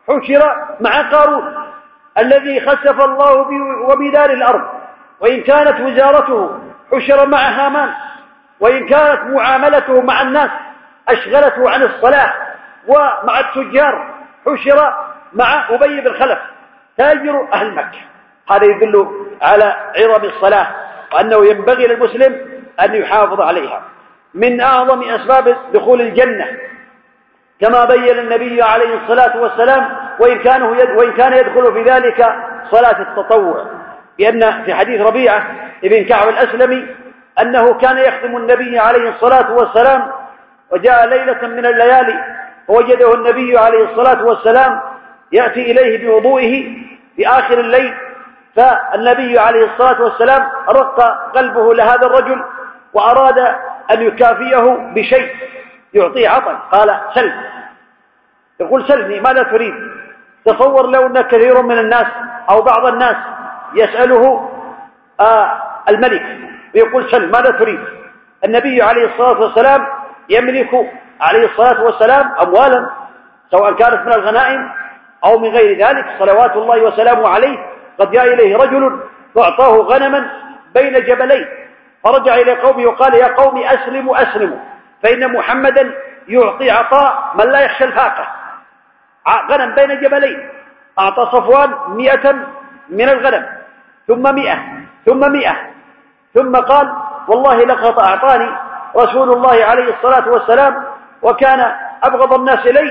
حشر مع قارون الذي خسف الله وبدار الأرض، وإن كانت وزارته حشر مع هامان، وإن كانت معاملته مع الناس أشغلته عن الصلاة ومع التجار حشر مع أبي بن خلف تاجر أهل مكة. هذا يدل على عظم الصلاة وأنه ينبغي للمسلم أن يحافظ عليها. من أعظم أسباب دخول الجنة كما بين النبي عليه الصلاة والسلام، وإن, كانه يد وإن كان يدخل في ذلك صلاة التطوع، لأن في حديث ربيعة ابن كعب الأسلمي أنه كان يخدم النبي عليه الصلاة والسلام، وجاء ليلة من الليالي ووجده النبي عليه الصلاة والسلام يأتي إليه بوضوئه في آخر الليل، فالنبي عليه الصلاة والسلام رق قلبه لهذا الرجل وأراد أن يكافيه بشيء يعطيه عطا، قال سل. يقول سلني ماذا تريد؟ تصور لو أن كثير من الناس أو بعض الناس يسأله آه الملك ويقول سل ماذا تريد؟ النبي عليه الصلاة والسلام يملك عليه الصلاة والسلام أموالا سواء كانت من الغنائم أو من غير ذلك صلوات الله وسلامه عليه. قد جاء إليه رجل فأعطاه غنما بين جبلين، فرجع إلى قومه وقال يا قوم أسلموا أسلموا فإن محمدا يعطي عطاء من لا يخشى الفاقة. غنم بين جبلين، أعطى صفوان مئة من الغنم ثم مئة ثم مئة ثم قال والله لقد أعطاني رسول الله عليه الصلاة والسلام وكان أبغض الناس إلي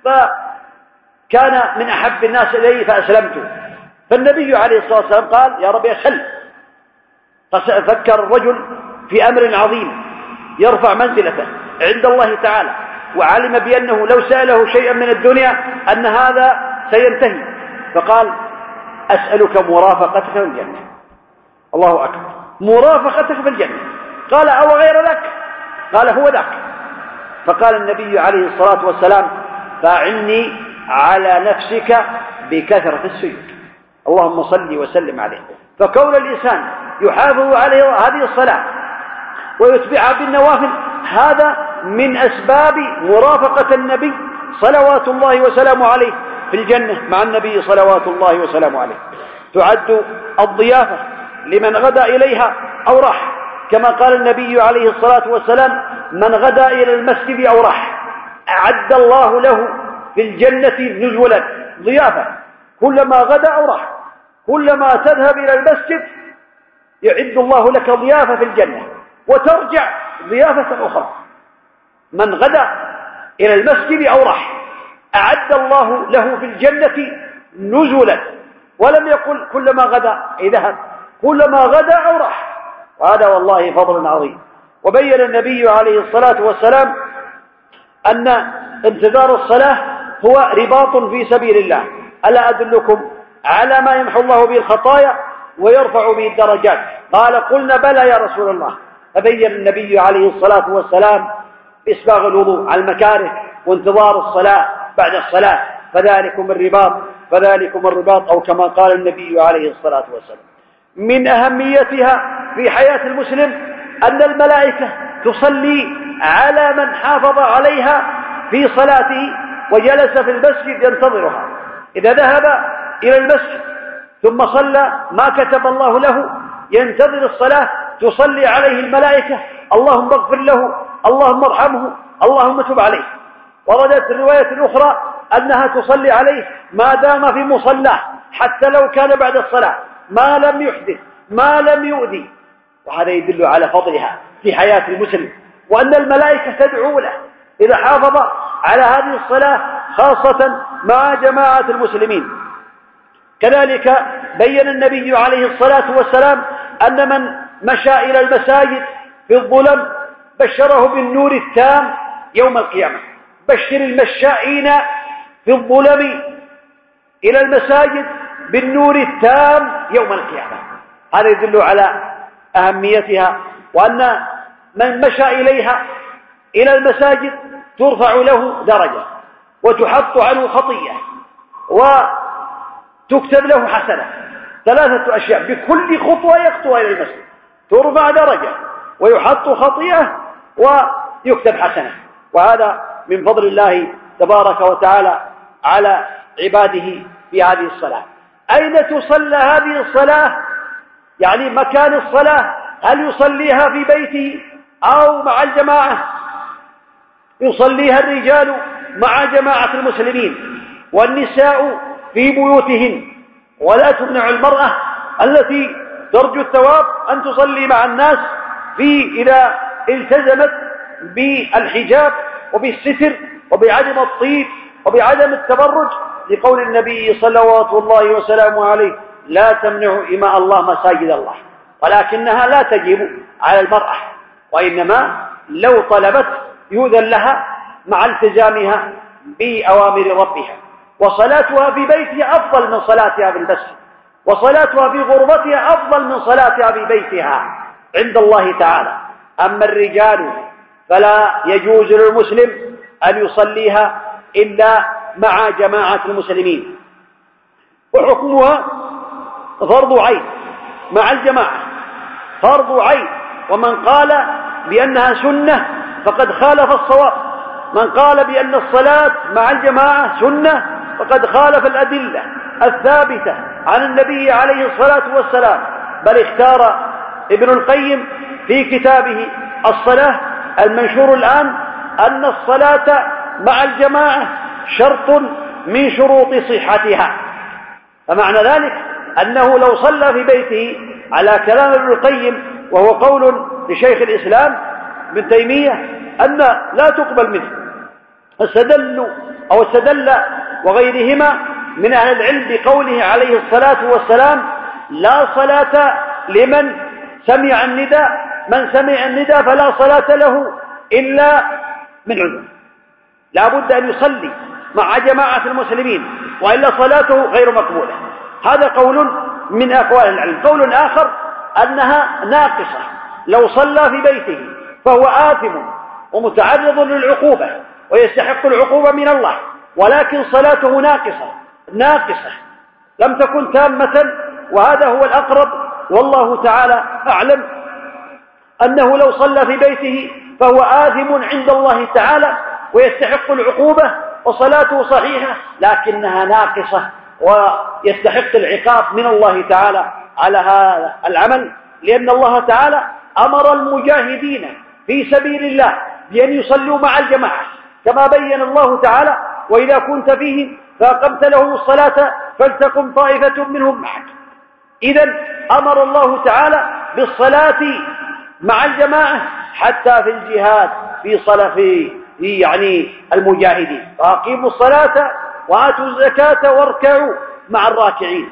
فكان من أحب الناس إلي فأسلمت. فالنبي عليه الصلاة والسلام قال يا رب أسل. ففكر الرجل في أمر عظيم يرفع منزلته عند الله تعالى، وعلم بأنه لو سأله شيئا من الدنيا أن هذا سينتهي، فقال أسألك مرافقتك في الجنة. الله أكبر، مرافقتك في الجنة. قال أو غير لك؟ قال هو ذاك. فقال النبي عليه الصلاة والسلام فاعني على نفسك بكثرة السجود. اللهم صل وسلم عليه. فكون الإنسان يحافظ على هذه الصلاة ويتبعها بالنوافل هذا من أسباب مرافقة النبي صلوات الله وسلامه عليه في الجنة مع النبي صلوات الله وسلامه عليه. تعد الضيافة لمن غدا إليها أو راح، كما قال النبي عليه الصلاة والسلام من غدا إلى المسجد أو راح أعد الله له في الجنة نزولا. ضيافة كلما غدا أو راح، كلما تذهب إلى المسجد يعد الله لك ضيافة في الجنة وترجع ضيافة أخرى. من غدا إلى المسجد أو راح أعد الله له في الجنة نزلا، ولم يقل كلما غدا أي ذهب، كلما غدا أو راح، وهذا والله فضل عظيم. وبين النبي عليه الصلاة والسلام أن انتظار الصلاة هو رباط في سبيل الله. ألا أدلكم على ما يمحو الله به الخطايا ويرفع به الدرجات؟ قال قلنا بلى يا رسول الله. فبين النبي عليه الصلاة والسلام إسباغ الوضوء على المكاره وانتظار الصلاة بعد الصلاة، فذلكم الرباط فذلكم الرباط أو كما قال النبي عليه الصلاة والسلام. من أهميتها في حياة المسلم أن الملائكة تصلي على من حافظ عليها في صلاته وجلس في المسجد ينتظرها. إذا ذهب إلى المسجد ثم صلى ما كتب الله له ينتظر الصلاة تصلي عليه الملائكة اللهم اغفر له، اللهم ارحمه، اللهم تب عليه. وردت الرواية الأخرى أنها تصلي عليه ما دام في مصلاه حتى لو كان بعد الصلاة، ما لم يحدث ما لم يؤذي. وهذا يدل على فضلها في حياة المسلم، وأن الملائكة تدعو له إذا حافظ على هذه الصلاة خاصة مع جماعة المسلمين. كذلك بين النبي عليه الصلاة والسلام أن من مشى إلى المساجد في الظلم بشره بالنور التام يوم القيامة. بشر المشائين في الظلم إلى المساجد بالنور التام يوم القيامة. هذا يدل على أهميتها، وأن من مشى إليها إلى المساجد ترفع له درجة وتحط عنه خطيئة وتكتب له حسنة. ثلاثة أشياء: بكل خطوة يخطوها إلى المسجد ترفع درجة ويحط خطيئة ويكتب حسنة. وهذا من فضل الله تبارك وتعالى على عباده في هذه الصلاة. أين تصلى هذه الصلاة؟ يعني مكان الصلاة، هل يصليها في بيته أو مع الجماعة؟ يصليها الرجال مع جماعة المسلمين والنساء في بيوتهن، ولا تمنع المرأة التي ترجو الثواب أن تصلي مع الناس في إذا التزمت بالحجاب وبالستر وبعدم الطيب وبعدم التبرج، لقول النبي صلوات الله وسلامه عليه: لا تمنعوا إماء الله مساجد الله. ولكنها لا تجب على المرأة، وإنما لو طلبت يؤذن لها مع التزامها بأوامر ربها. وصلاتها في بيتها أفضل من صلاتها في المسجد، وصلاتها في غربتها أفضل من صلاتها في بيتها عند الله تعالى. أما الرجال فلا يجوز للمسلم أن يصليها إلا مع جماعة المسلمين، وحكمها فرض عين مع الجماعة، فرض عين. ومن قال بأنها سنة فقد خالف الصواب، من قال بأن الصلاة مع الجماعة سنة فقد خالف الأدلة الثابتة عن النبي عليه الصلاة والسلام. بل اختار ابن القيم في كتابه الصلاة المنشور الآن أن الصلاة مع الجماعة شرط من شروط صحتها. فمعنى ذلك أنه لو صلى في بيته على كلام ابن القيم، وهو قول لشيخ الإسلام ابن تيمية، أن لا تقبل منه. استدلوا أو استدل وغيرهما من أهل العلم بقوله عليه الصلاة والسلام: لا صلاة لمن سمع النداء، من سمع النداء فلا صلاة له إلا من عذر. لا بد أن يصلي مع جماعة المسلمين، وإلا صلاته غير مقبولة. هذا قول من أقوال العلم. قول آخر أنها ناقصة، لو صلى في بيته فهو آثم ومتعرض للعقوبة ويستحق العقوبة من الله، ولكن صلاته ناقصة ناقصة لم تكن تامة. وهذا هو الأقرب والله تعالى أعلم، أنه لو صلى في بيته فهو آثم عند الله تعالى ويستحق العقوبة، وصلاته صحيحة لكنها ناقصة ويستحق العقاب من الله تعالى على هذا العمل، لأن الله تعالى أمر المجاهدين في سبيل الله بأن يصلوا مع الجماعة، كما بين الله تعالى: وإذا كنت فيهم فأقمت لهم الصلاة فلتقم طائفة منهم معك. إذن أمر الله تعالى بالصلاة مع الجماعة حتى في الجهاد، في صلاة في يعني المجاهدين: فأقيموا الصلاة وآتوا الزكاة واركعوا مع الراكعين.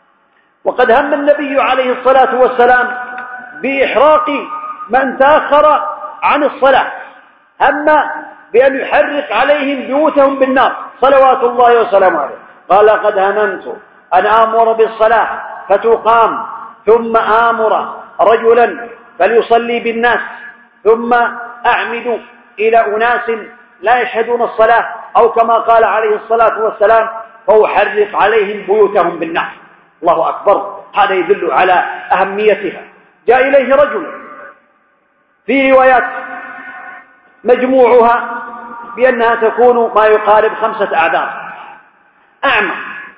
وقد هم النبي عليه الصلاة والسلام بإحراق من تأخر عن الصلاة، هم بأن يحرق عليهم بيوتهم بالنار صلوات الله وسلامه عليه. قال: قد هممت أن آمر بالصلاة فتقام، ثم آمر رجلا فليصلي بالناس، ثم أعمد إلى أناس لا يشهدون الصلاة، أو كما قال عليه الصلاة والسلام: فأحرق عليهم بيوتهم بالنار. الله أكبر. هذا يدل على أهميتها. جاء إليه رجل في روايات مجموعها بأنها تكون ما يقارب خمسة أعذار، أعمى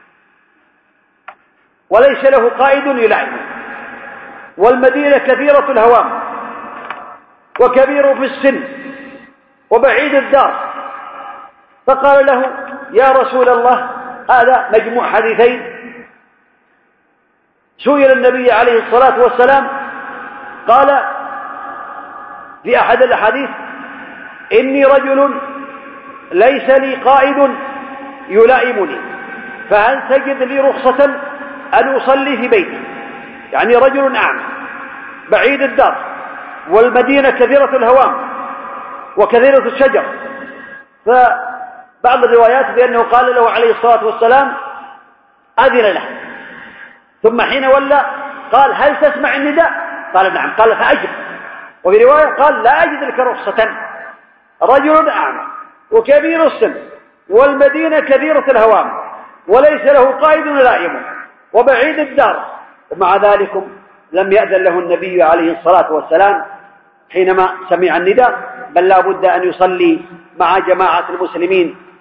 وليس له قائد يلعبه، والمدينة كثيرة الهوام وكبير في السن وبعيد الدار. فقال له: يا رسول الله، هذا مجموع حديثين. سئل النبي عليه الصلاة والسلام قال في أحد الأحاديث: إني رجل ليس لي قائد يلائمني، فهل تجد لي رخصة أن أصلي في بيتي؟ يعني رجل أعمى بعيد الدار، والمدينة كثيرة الهوام وكثيرة الشجر. فبعض الروايات بأنه قال له عليه الصلاة والسلام: أذن له. ثم حين ولى قال: هل تسمع النداء؟ قال: نعم. قال: فأجب. وفي رواية قال: لا أجد لك رخصة. رجل أعمى وكبير السن والمدينة كثيرة الهوام وليس له قائد يلائمه وبعيد الدار، ومع ذلك لم يأذن له النبي عليه الصلاة والسلام حينما سمع النداء، بل لا بد أن يصلي مع جماعة المسلمين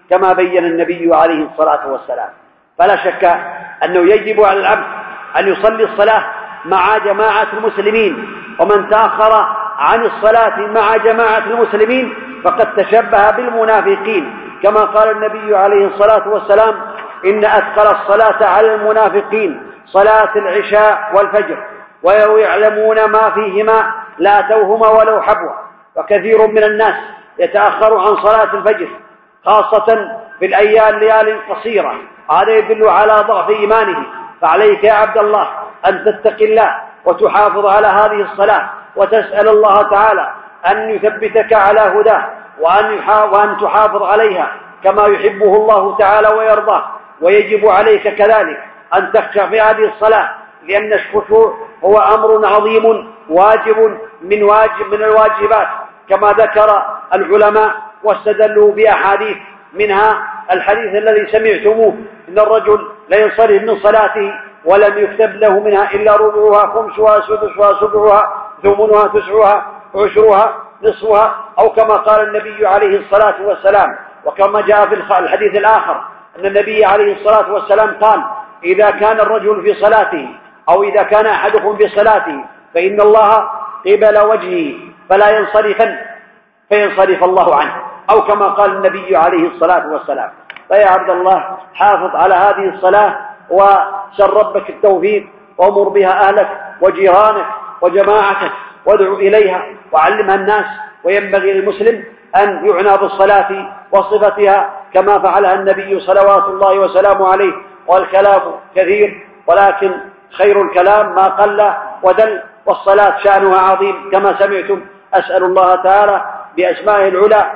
كما بين النبي عليه الصلاة والسلام. فلا شك أنه يجب على العبد أن يصلي الصلاة مع جماعة المسلمين، ومن تأخر عن الصلاة مع جماعة المسلمين فقد تشبه بالمنافقين، كما قال النبي عليه الصلاة والسلام: إن أثقل الصلاة على المنافقين صلاة العشاء والفجر، ولو يعلمون ما فيهما لاتوهما ولو حبوا. وكثير من الناس يتأخر عن صلاة الفجر خاصة في الأيام الليالي القصيرة، هذا يدل على ضعف إيمانه. فعليك يا عبد الله أن تتقي الله وتحافظ على هذه الصلاة، وتسأل الله تعالى أن يثبتك على هداه، وأن, وأن تحافظ عليها كما يحبه الله تعالى ويرضاه. ويجب عليك كذلك أن تخشع في هذه الصلاة، لأن الخشوع هو أمر عظيم واجب من واجب من الواجبات، كما ذكر العلماء واستدلوا بأحاديث، منها الحديث الذي سمعتموه: إن الرجل لا ينصرف من صلاته ولم يكتب له منها إلا ربعها، خمسها، سدسها، سبعها، ثمنها، تسعها، عشرها، نصفها، أو كما قال النبي عليه الصلاة والسلام. وكما جاء في الحديث الآخر أن النبي عليه الصلاة والسلام قال: إذا كان الرجل في صلاته، أو إذا كان أحدكم في صلاته، فإن الله قبل وجهه فلا ينصرفن فينصرف الله عنه، أو كما قال النبي عليه الصلاة والسلام. فيا عبد الله حافظ على هذه الصلاة، وسل ربك التوفيق، وامر بها أهلك وجيرانك وجماعتك، وادعو إليها وعلمها الناس. وينبغي للمسلم أن يعنى بالصلاة وصفتها كما فعلها النبي صلوات الله وسلامه عليه. والكلام كثير، ولكن خير الكلام ما قل ودل، والصلاة شأنها عظيم كما سمعتم. أسأل الله تعالى بأسمائه العلى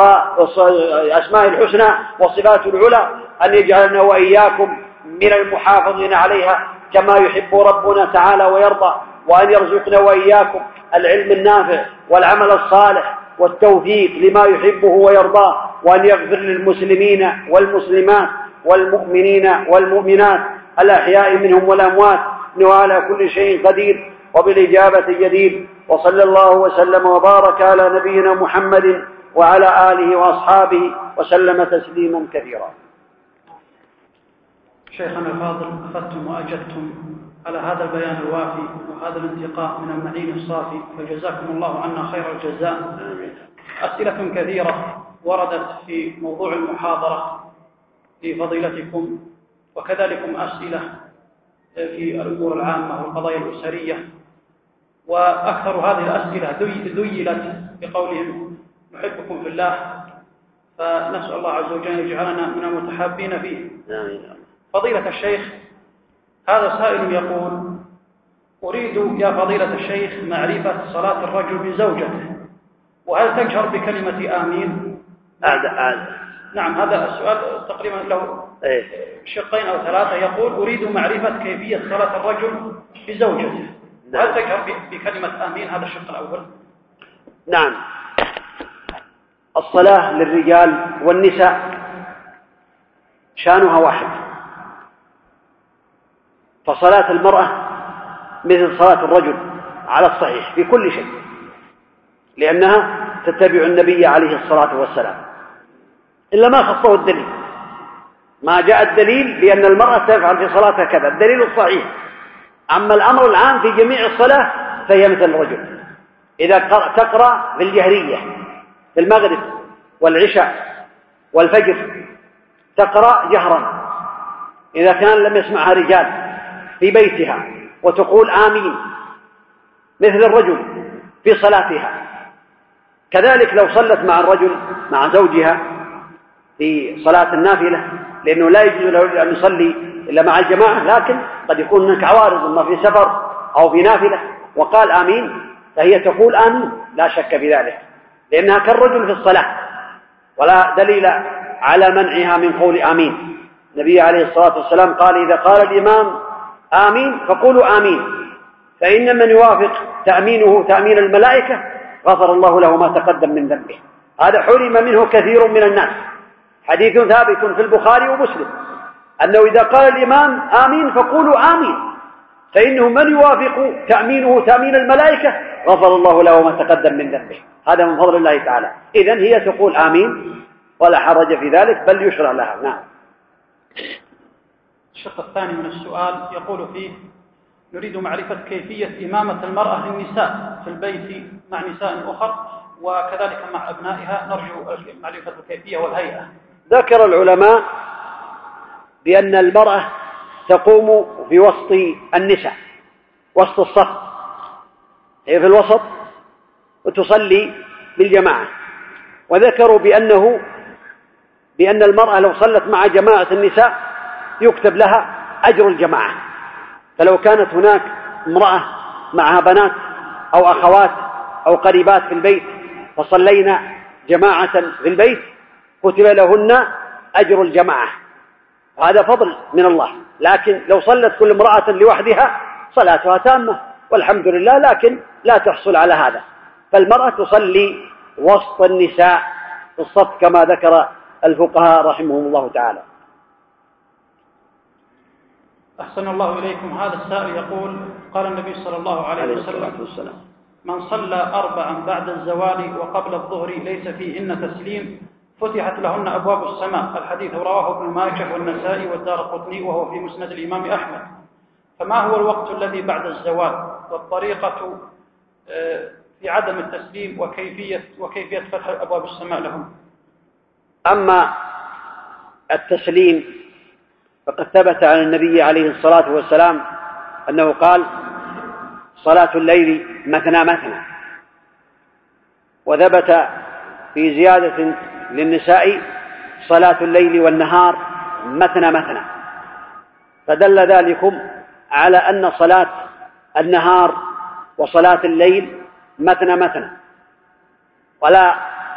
وأسمائه الحسنى وصفاته العلى أن يجعلنا وإياكم من المحافظين عليها كما يحب ربنا تعالى ويرضى، وأن يرزقنا وإياكم العلم النافع والعمل الصالح والتوفيق لما يحبه ويرضاه، وأن يغفر للمسلمين والمسلمات والمؤمنين والمؤمنات الأحياء منهم والأموات، إنه على كل شيء قدير وبالإجابة جدير. وصلى الله وسلم وبارك على نبينا محمد وعلى آله وأصحابه وسلم تسليما كثيرا. شيخنا الفاضل، أخذتم وأجبتم على هذا البيان الوافي وهذا الانتقاء من المعين الصافي، فجزاكم الله عنا خير الجزاء. أسئلة كثيرة وردت في موضوع المحاضرة في فضيلتكم، وكذلكم أسئلة في الأمور العامة والقضايا الأسرية، وأكثر هذه الأسئلة ذيلت بقولهم: نحبكم في الله، فنسأل الله عز وجل يجعلنا من المتحابين فيه. فضيلة الشيخ، هذا سائل يقول: أريد يا فضيلة الشيخ معرفة صلاة الرجل بزوجته، وهل تجهر بكلمة آمين؟ هذا هذا نعم، هذا السؤال تقريبا له شقين أو ثلاثة. يقول: أريد معرفة كيفية صلاة الرجل بزوجته، وهل تجهر بكلمة آمين؟ هذا الشق الأول. نعم، الصلاة للرجال والنساء شأنها واحد، فصلاة المرأة مثل صلاة الرجل على الصحيح في كل شيء، لأنها تتبع النبي عليه الصلاة والسلام، إلا ما خصه الدليل، ما جاء الدليل بأن المرأة تفعل في صلاتها كذا، الدليل الصحيح. أما الأمر العام في جميع الصلاة فهي مثل الرجل. إذا تقرأ في الجهرية في المغرب والعشاء والفجر تقرأ جهرا، إذا كان لم يسمعها رجال في بيتها، وتقول آمين مثل الرجل في صلاتها. كذلك لو صلت مع الرجل مع زوجها في صلاة النافلة، لأنه لا يجوز له أن يصلي إلا مع الجماعة، لكن قد يكون هناك عوارض، إما في سفر أو في نافلة، وقال آمين، فهي تقول آمين لا شك في ذلك، لأنها كالرجل في الصلاة، ولا دليل على منعها من قول آمين. النبي عليه الصلاة والسلام قال: إذا قال الإمام آمين فقولوا آمين، فإن من يوافق تأمينه تأمين الملائكة غفر الله له ما تقدم من ذنبه. هذا حرم منه كثير من الناس. حديث ثابت في البخاري ومسلم أنه إذا قال الإمام آمين فقولوا آمين، فإنه من يوافق تأمينه تأمين الملائكة غفر الله له ما تقدم من ذنبه. هذا من فضل الله تعالى. إذن هي تقول آمين ولا حرج في ذلك، بل يشرع لها. نعم. الشق الثاني من السؤال يقول فيه: نريد معرفة كيفية إمامة المرأة للنساء في البيت مع نساء أخر وكذلك مع أبنائها، نرجو معرفة الكيفية والهيئة. ذكر العلماء بأن المرأة تقوم في وسط النساء، وسط الصف، هي في الوسط وتصلي بالجماعة. وذكروا بأنه بأن المرأة لو صلت مع جماعة النساء يكتب لها أجر الجماعة. فلو كانت هناك امرأة معها بنات أو أخوات أو قريبات في البيت فصلينا جماعة في البيت كتب لهن أجر الجماعة، هذا فضل من الله. لكن لو صلت كل امرأة لوحدها صلاتها تامة والحمد لله، لكن لا تحصل على هذا. فالمرأة تصلي وسط النساء في الصف كما ذكر الفقهاء رحمهم الله تعالى. أحسن الله إليكم. هذا السائل يقول: قال النبي صلى الله عليه وسلم: من صلى أربعا بعد الزوال وقبل الظهر ليس فيهن تسليم فتحت لهن أبواب السماء. الحديث رواه ابن ماجه والنسائي والدارقطني وهو في مسند الإمام أحمد. فما هو الوقت الذي بعد الزوال والطريقة في عدم التسليم وكيفية وكيفية فتح أبواب السماء لهم؟ أما التسليم فقد ثبت عن النبي عليه الصلاة والسلام أنه قال: صلاة الليل مثنى مثنى. وثبت في زيادة للنساء: صلاة الليل والنهار مثنى مثنى. فدل ذلكم على أن صلاة النهار وصلاة الليل مثنى مثنى، ولا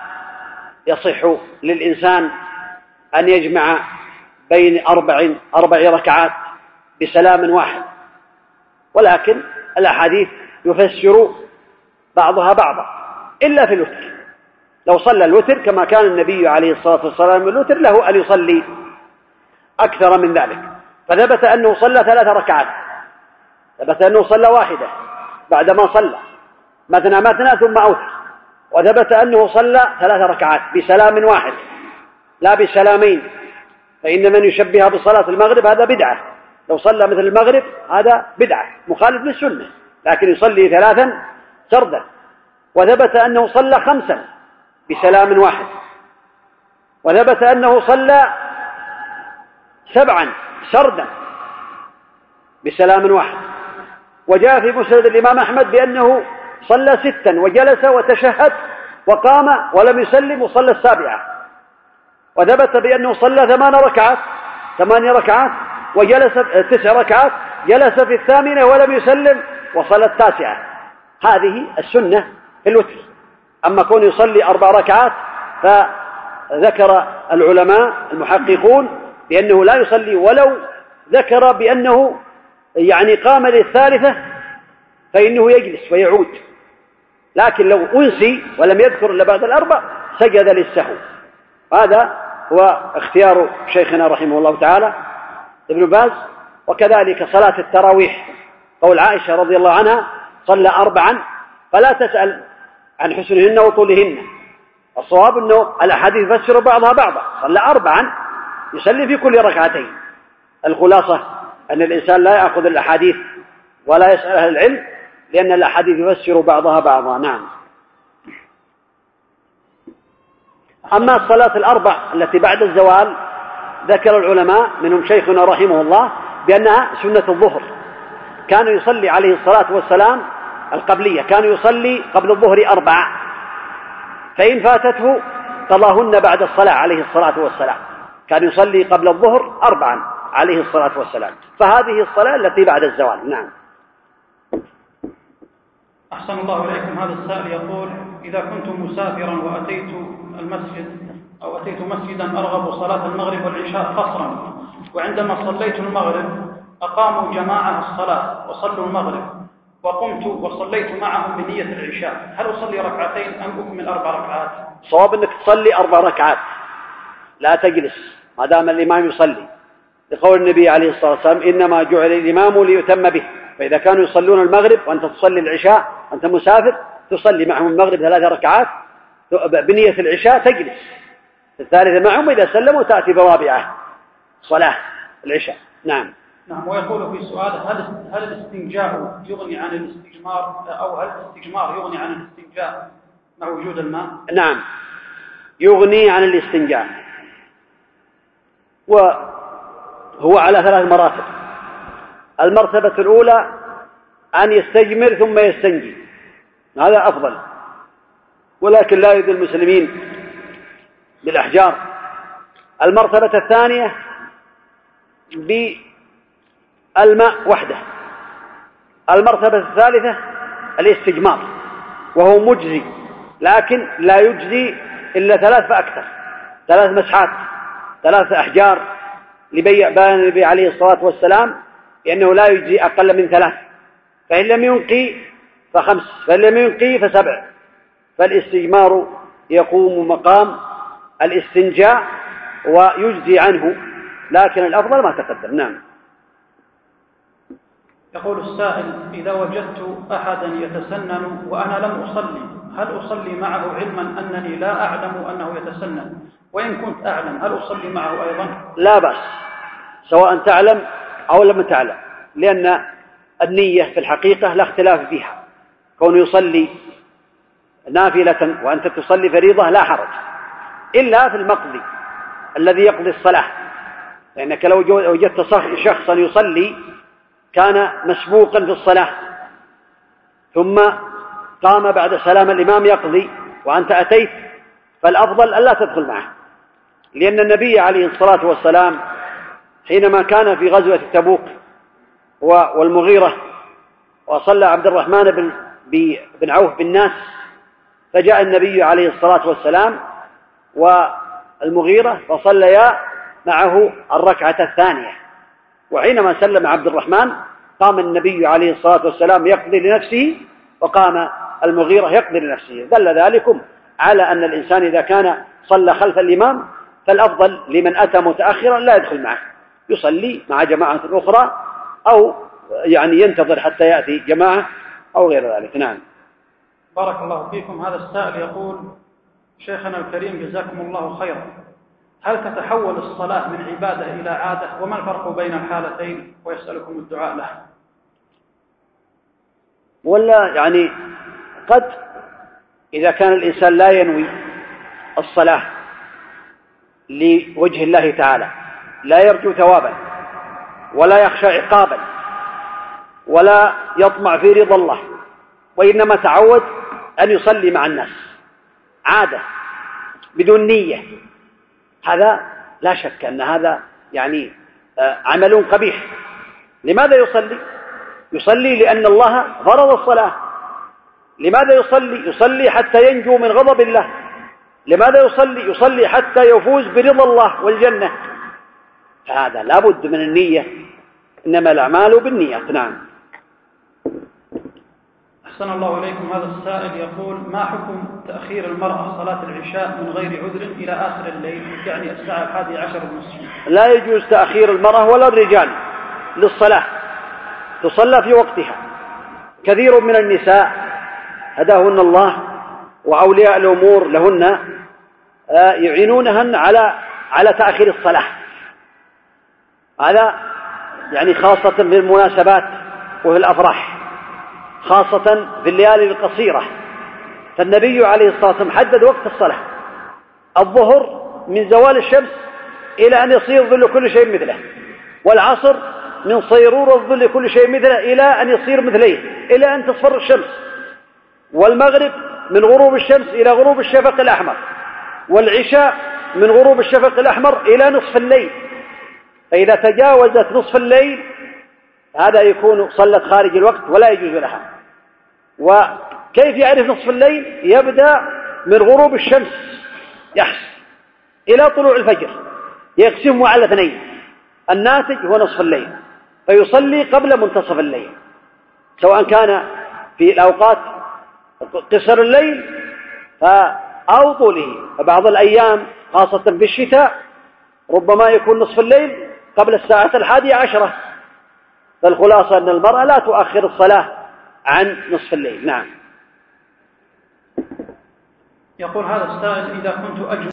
يصح للإنسان أن يجمع بين أربع أربع ركعات بسلام واحد. ولكن الأحاديث يفسر بعضها بعضا إلا في الوتر. لو صلى الوتر كما كان النبي عليه الصلاة والسلام الوتر، له أن يصلي أكثر من ذلك. فثبت أنه صلى ثلاث ركعات، ثبت أنه صلى واحدة بعدما صلى مثنى مثنى ثم أوتر، وثبت أنه صلى ثلاث ركعات بسلام واحد لا بسلامين. فإن من يشبه بصلاة المغرب هذا بدعة، لو صلى مثل المغرب هذا بدعة مخالف للسنة، لكن يصلي ثلاثا سردا. وثبت أنه صلى خمسا بسلام واحد، وثبت أنه صلى سبعا سردا بسلام واحد. وجاء في مسند الإمام أحمد بأنه صلى ستا وجلس وتشهد وقام ولم يسلم وصلى السابعة. وثبت بأنه صلى ثمان ركعات ثمانية ركعات وجلس تسع ركعات، جلس في الثامنة ولم يسلم وصلى التاسعة. هذه السنة في الوتر. أما كون يصلي أربع ركعات فذكر العلماء المحققون بأنه لا يصلي، ولو ذكر بأنه يعني قام للثالثة فإنه يجلس ويعود. لكن لو أنسي ولم يذكر إلا بعد الأربع سجد للسهو. هذا هو اختيار شيخنا رحمه الله تعالى ابن باز. وكذلك صلاة التراويح، قول عائشة رضي الله عنها: صلى أربعا فلا تسأل عن حسنهن وطولهن. الصواب أنه الأحاديث تفسر بعضها بعضا، صلى أربعا يصلي في كل ركعتين. الخلاصة أن الإنسان لا يأخذ الأحاديث ولا يسأل أهل العلم، لأن الأحاديث يفسر بعضها بعضا. نعم. أما الصلاة الأربع التي بعد الزوال ذكر العلماء منهم شيخنا رحمه الله بأنها سنة الظهر. كان يصلي عليه الصلاة والسلام القبلية، كان يصلي قبل الظهر أربعة، فإن فاتته قضاهن بعد الصلاة عليه الصلاة والسلام. كان يصلي قبل الظهر أربعا عليه الصلاة والسلام، فهذه الصلاة التي بعد الزوال. نعم. أحسن الله إليكم. هذا السائل يقول: إذا كنت مسافرا وأتيت المسجد أو أتيت مسجدا أرغب صلاة المغرب والعشاء قصرا، وعندما صليت المغرب أقاموا جماعة الصلاة وصلوا المغرب، وقمت وصليت معهم بنية العشاء، هل أصلي ركعتين أم أكمل أربع ركعات؟ صواب أنك تصلي أربع ركعات، لا تجلس ما دام الإمام يصلي، لقول النبي عليه الصلاة والسلام: إنما جعل الإمام ليتم به. فإذا كانوا يصلون المغرب وأنت تصلي العشاء وأنت مسافر تصلي معهم المغرب ثلاث ركعات بنية العشاء، تجلس الثالثة معهم، إذا سلموا تأتي برابعة صلاة العشاء. نعم. نعم. ويقول في سؤاله: هل هل الاستنجاء يغني عن الاستجمار، أو هل الاستجمار يغني عن الاستنجاء مع وجود الماء؟ نعم، يغني عن الاستنجاء، وهو على ثلاث مراتب. المرتبة الأولى أن يستجمر ثم يستنجي، هذا أفضل، ولكن لا يؤذي المسلمين بالأحجار. المرتبة الثانية بالماء وحده. المرتبة الثالثة الاستجمار، وهو مجزي، لكن لا يجزي إلا ثلاث فأكثر، ثلاث مسحات، ثلاث أحجار، لبيان النبي عليه الصلاة والسلام لأنه لا يجزي أقل من ثلاث، فإن لم ينقي فخمس، فإن لم ينقي فسبع. فالاستجمار يقوم مقام الاستنجاء ويجزي عنه، لكن الأفضل ما تقدم. نعم. يقول السائل: إذا وجدت أحدا يتسنن وأنا لم أصلي، هل أصلي معه علما أنني لا أعلم أنه يتسنن؟ وإن كنت أعلم هل أصلي معه أيضا؟ لا بأس، سواء تعلم أو لم تعلم، لأن النية في الحقيقة لا اختلاف فيها. كون يصلي نافلة وأنت تصلي فريضة لا حرج، إلا في المقضي الذي يقضي الصلاة، لأنك لو وجدت شخصا يصلي كان مسبوقا في الصلاة ثم قام بعد سلام الإمام يقضي وأنت أتيت، فالأفضل ألا تدخل معه، لأن النبي عليه الصلاة والسلام حينما كان في غزوة تبوك والمغيرة وصلى عبد الرحمن بن عوف بالناس، فجاء النبي عليه الصلاة والسلام والمغيرة فصليا معه الركعة الثانية، وحينما سلم عبد الرحمن قام النبي عليه الصلاة والسلام يقضي لنفسه وقام المغيرة يقضي لنفسه. دل ذلكم على أن الإنسان إذا كان صلى خلف الإمام فالأفضل لمن أتى متأخرا لا يدخل معه، يصلي مع جماعة أخرى، أو يعني ينتظر حتى يأتي جماعة أو غير ذلك. نعم. بارك الله فيكم. هذا السائل يقول: شيخنا الكريم جزاكم الله خيرا، هل تتحول الصلاة من عبادة إلى عادة؟ وما الفرق بين الحالتين؟ ويسألكم الدعاء له. ولا يعني قد إذا كان الإنسان لا ينوي الصلاة لوجه الله تعالى، لا يرجو ثوابا ولا يخشى عقابا ولا يطمع في رضا الله، وإنما تعود أن يصلي مع الناس عادة بدون نية، هذا لا شك أن هذا يعني عمل قبيح. لماذا يصلي؟ يصلي لأن الله فرض الصلاة. لماذا يصلي؟ يصلي حتى ينجو من غضب الله. لماذا يصلي؟ يصلي حتى يفوز برضا الله والجنة. فهذا لا بد من النية، إنما الأعمال بالنيات. نعم. أحسن الله إليكم. هذا السائل يقول: ما حكم تأخير المرأة صلاة العشاء من غير عذر إلى آخر الليل، يعني الساعة الحادية عشر ونصف؟ لا يجوز تأخير المرأة ولا الرجال للصلاة، تصلى في وقتها. كثير من النساء هداهن الله وأولياء الأمور لهن يعينونهن على على تأخير الصلاة، هذا يعني خاصة في المناسبات وفي الأفراح، خاصة في الليالي القصيرة. فالنبي عليه الصلاة والسلام حدد وقت الصلاة: الظهر من زوال الشمس إلى أن يصير ظل كل شيء مثله، والعصر من صيرور الظل كل شيء مثله إلى أن يصير مثليه إلى أن تصفر الشمس، والمغرب من غروب الشمس إلى غروب الشفق الأحمر، والعشاء من غروب الشفق الأحمر إلى نصف الليل. فإذا تجاوزت نصف الليل هذا يكون صلت خارج الوقت ولا يجوز لها. وكيف يعرف نصف الليل؟ يبدأ من غروب الشمس يحسب إلى طلوع الفجر، يقسمه على اثنين، الناتج هو نصف الليل، فيصلي قبل منتصف الليل، سواء كان في الأوقات قصر الليل أو طوله. فبعض الأيام خاصة في الشتاء ربما يكون نصف الليل قبل الساعة الحادية عشرة. فالخلاصة أن المرأة لا تؤخر الصلاة عن نصف الليل. نعم. يقول هذا السائل: إذا كنت أجمع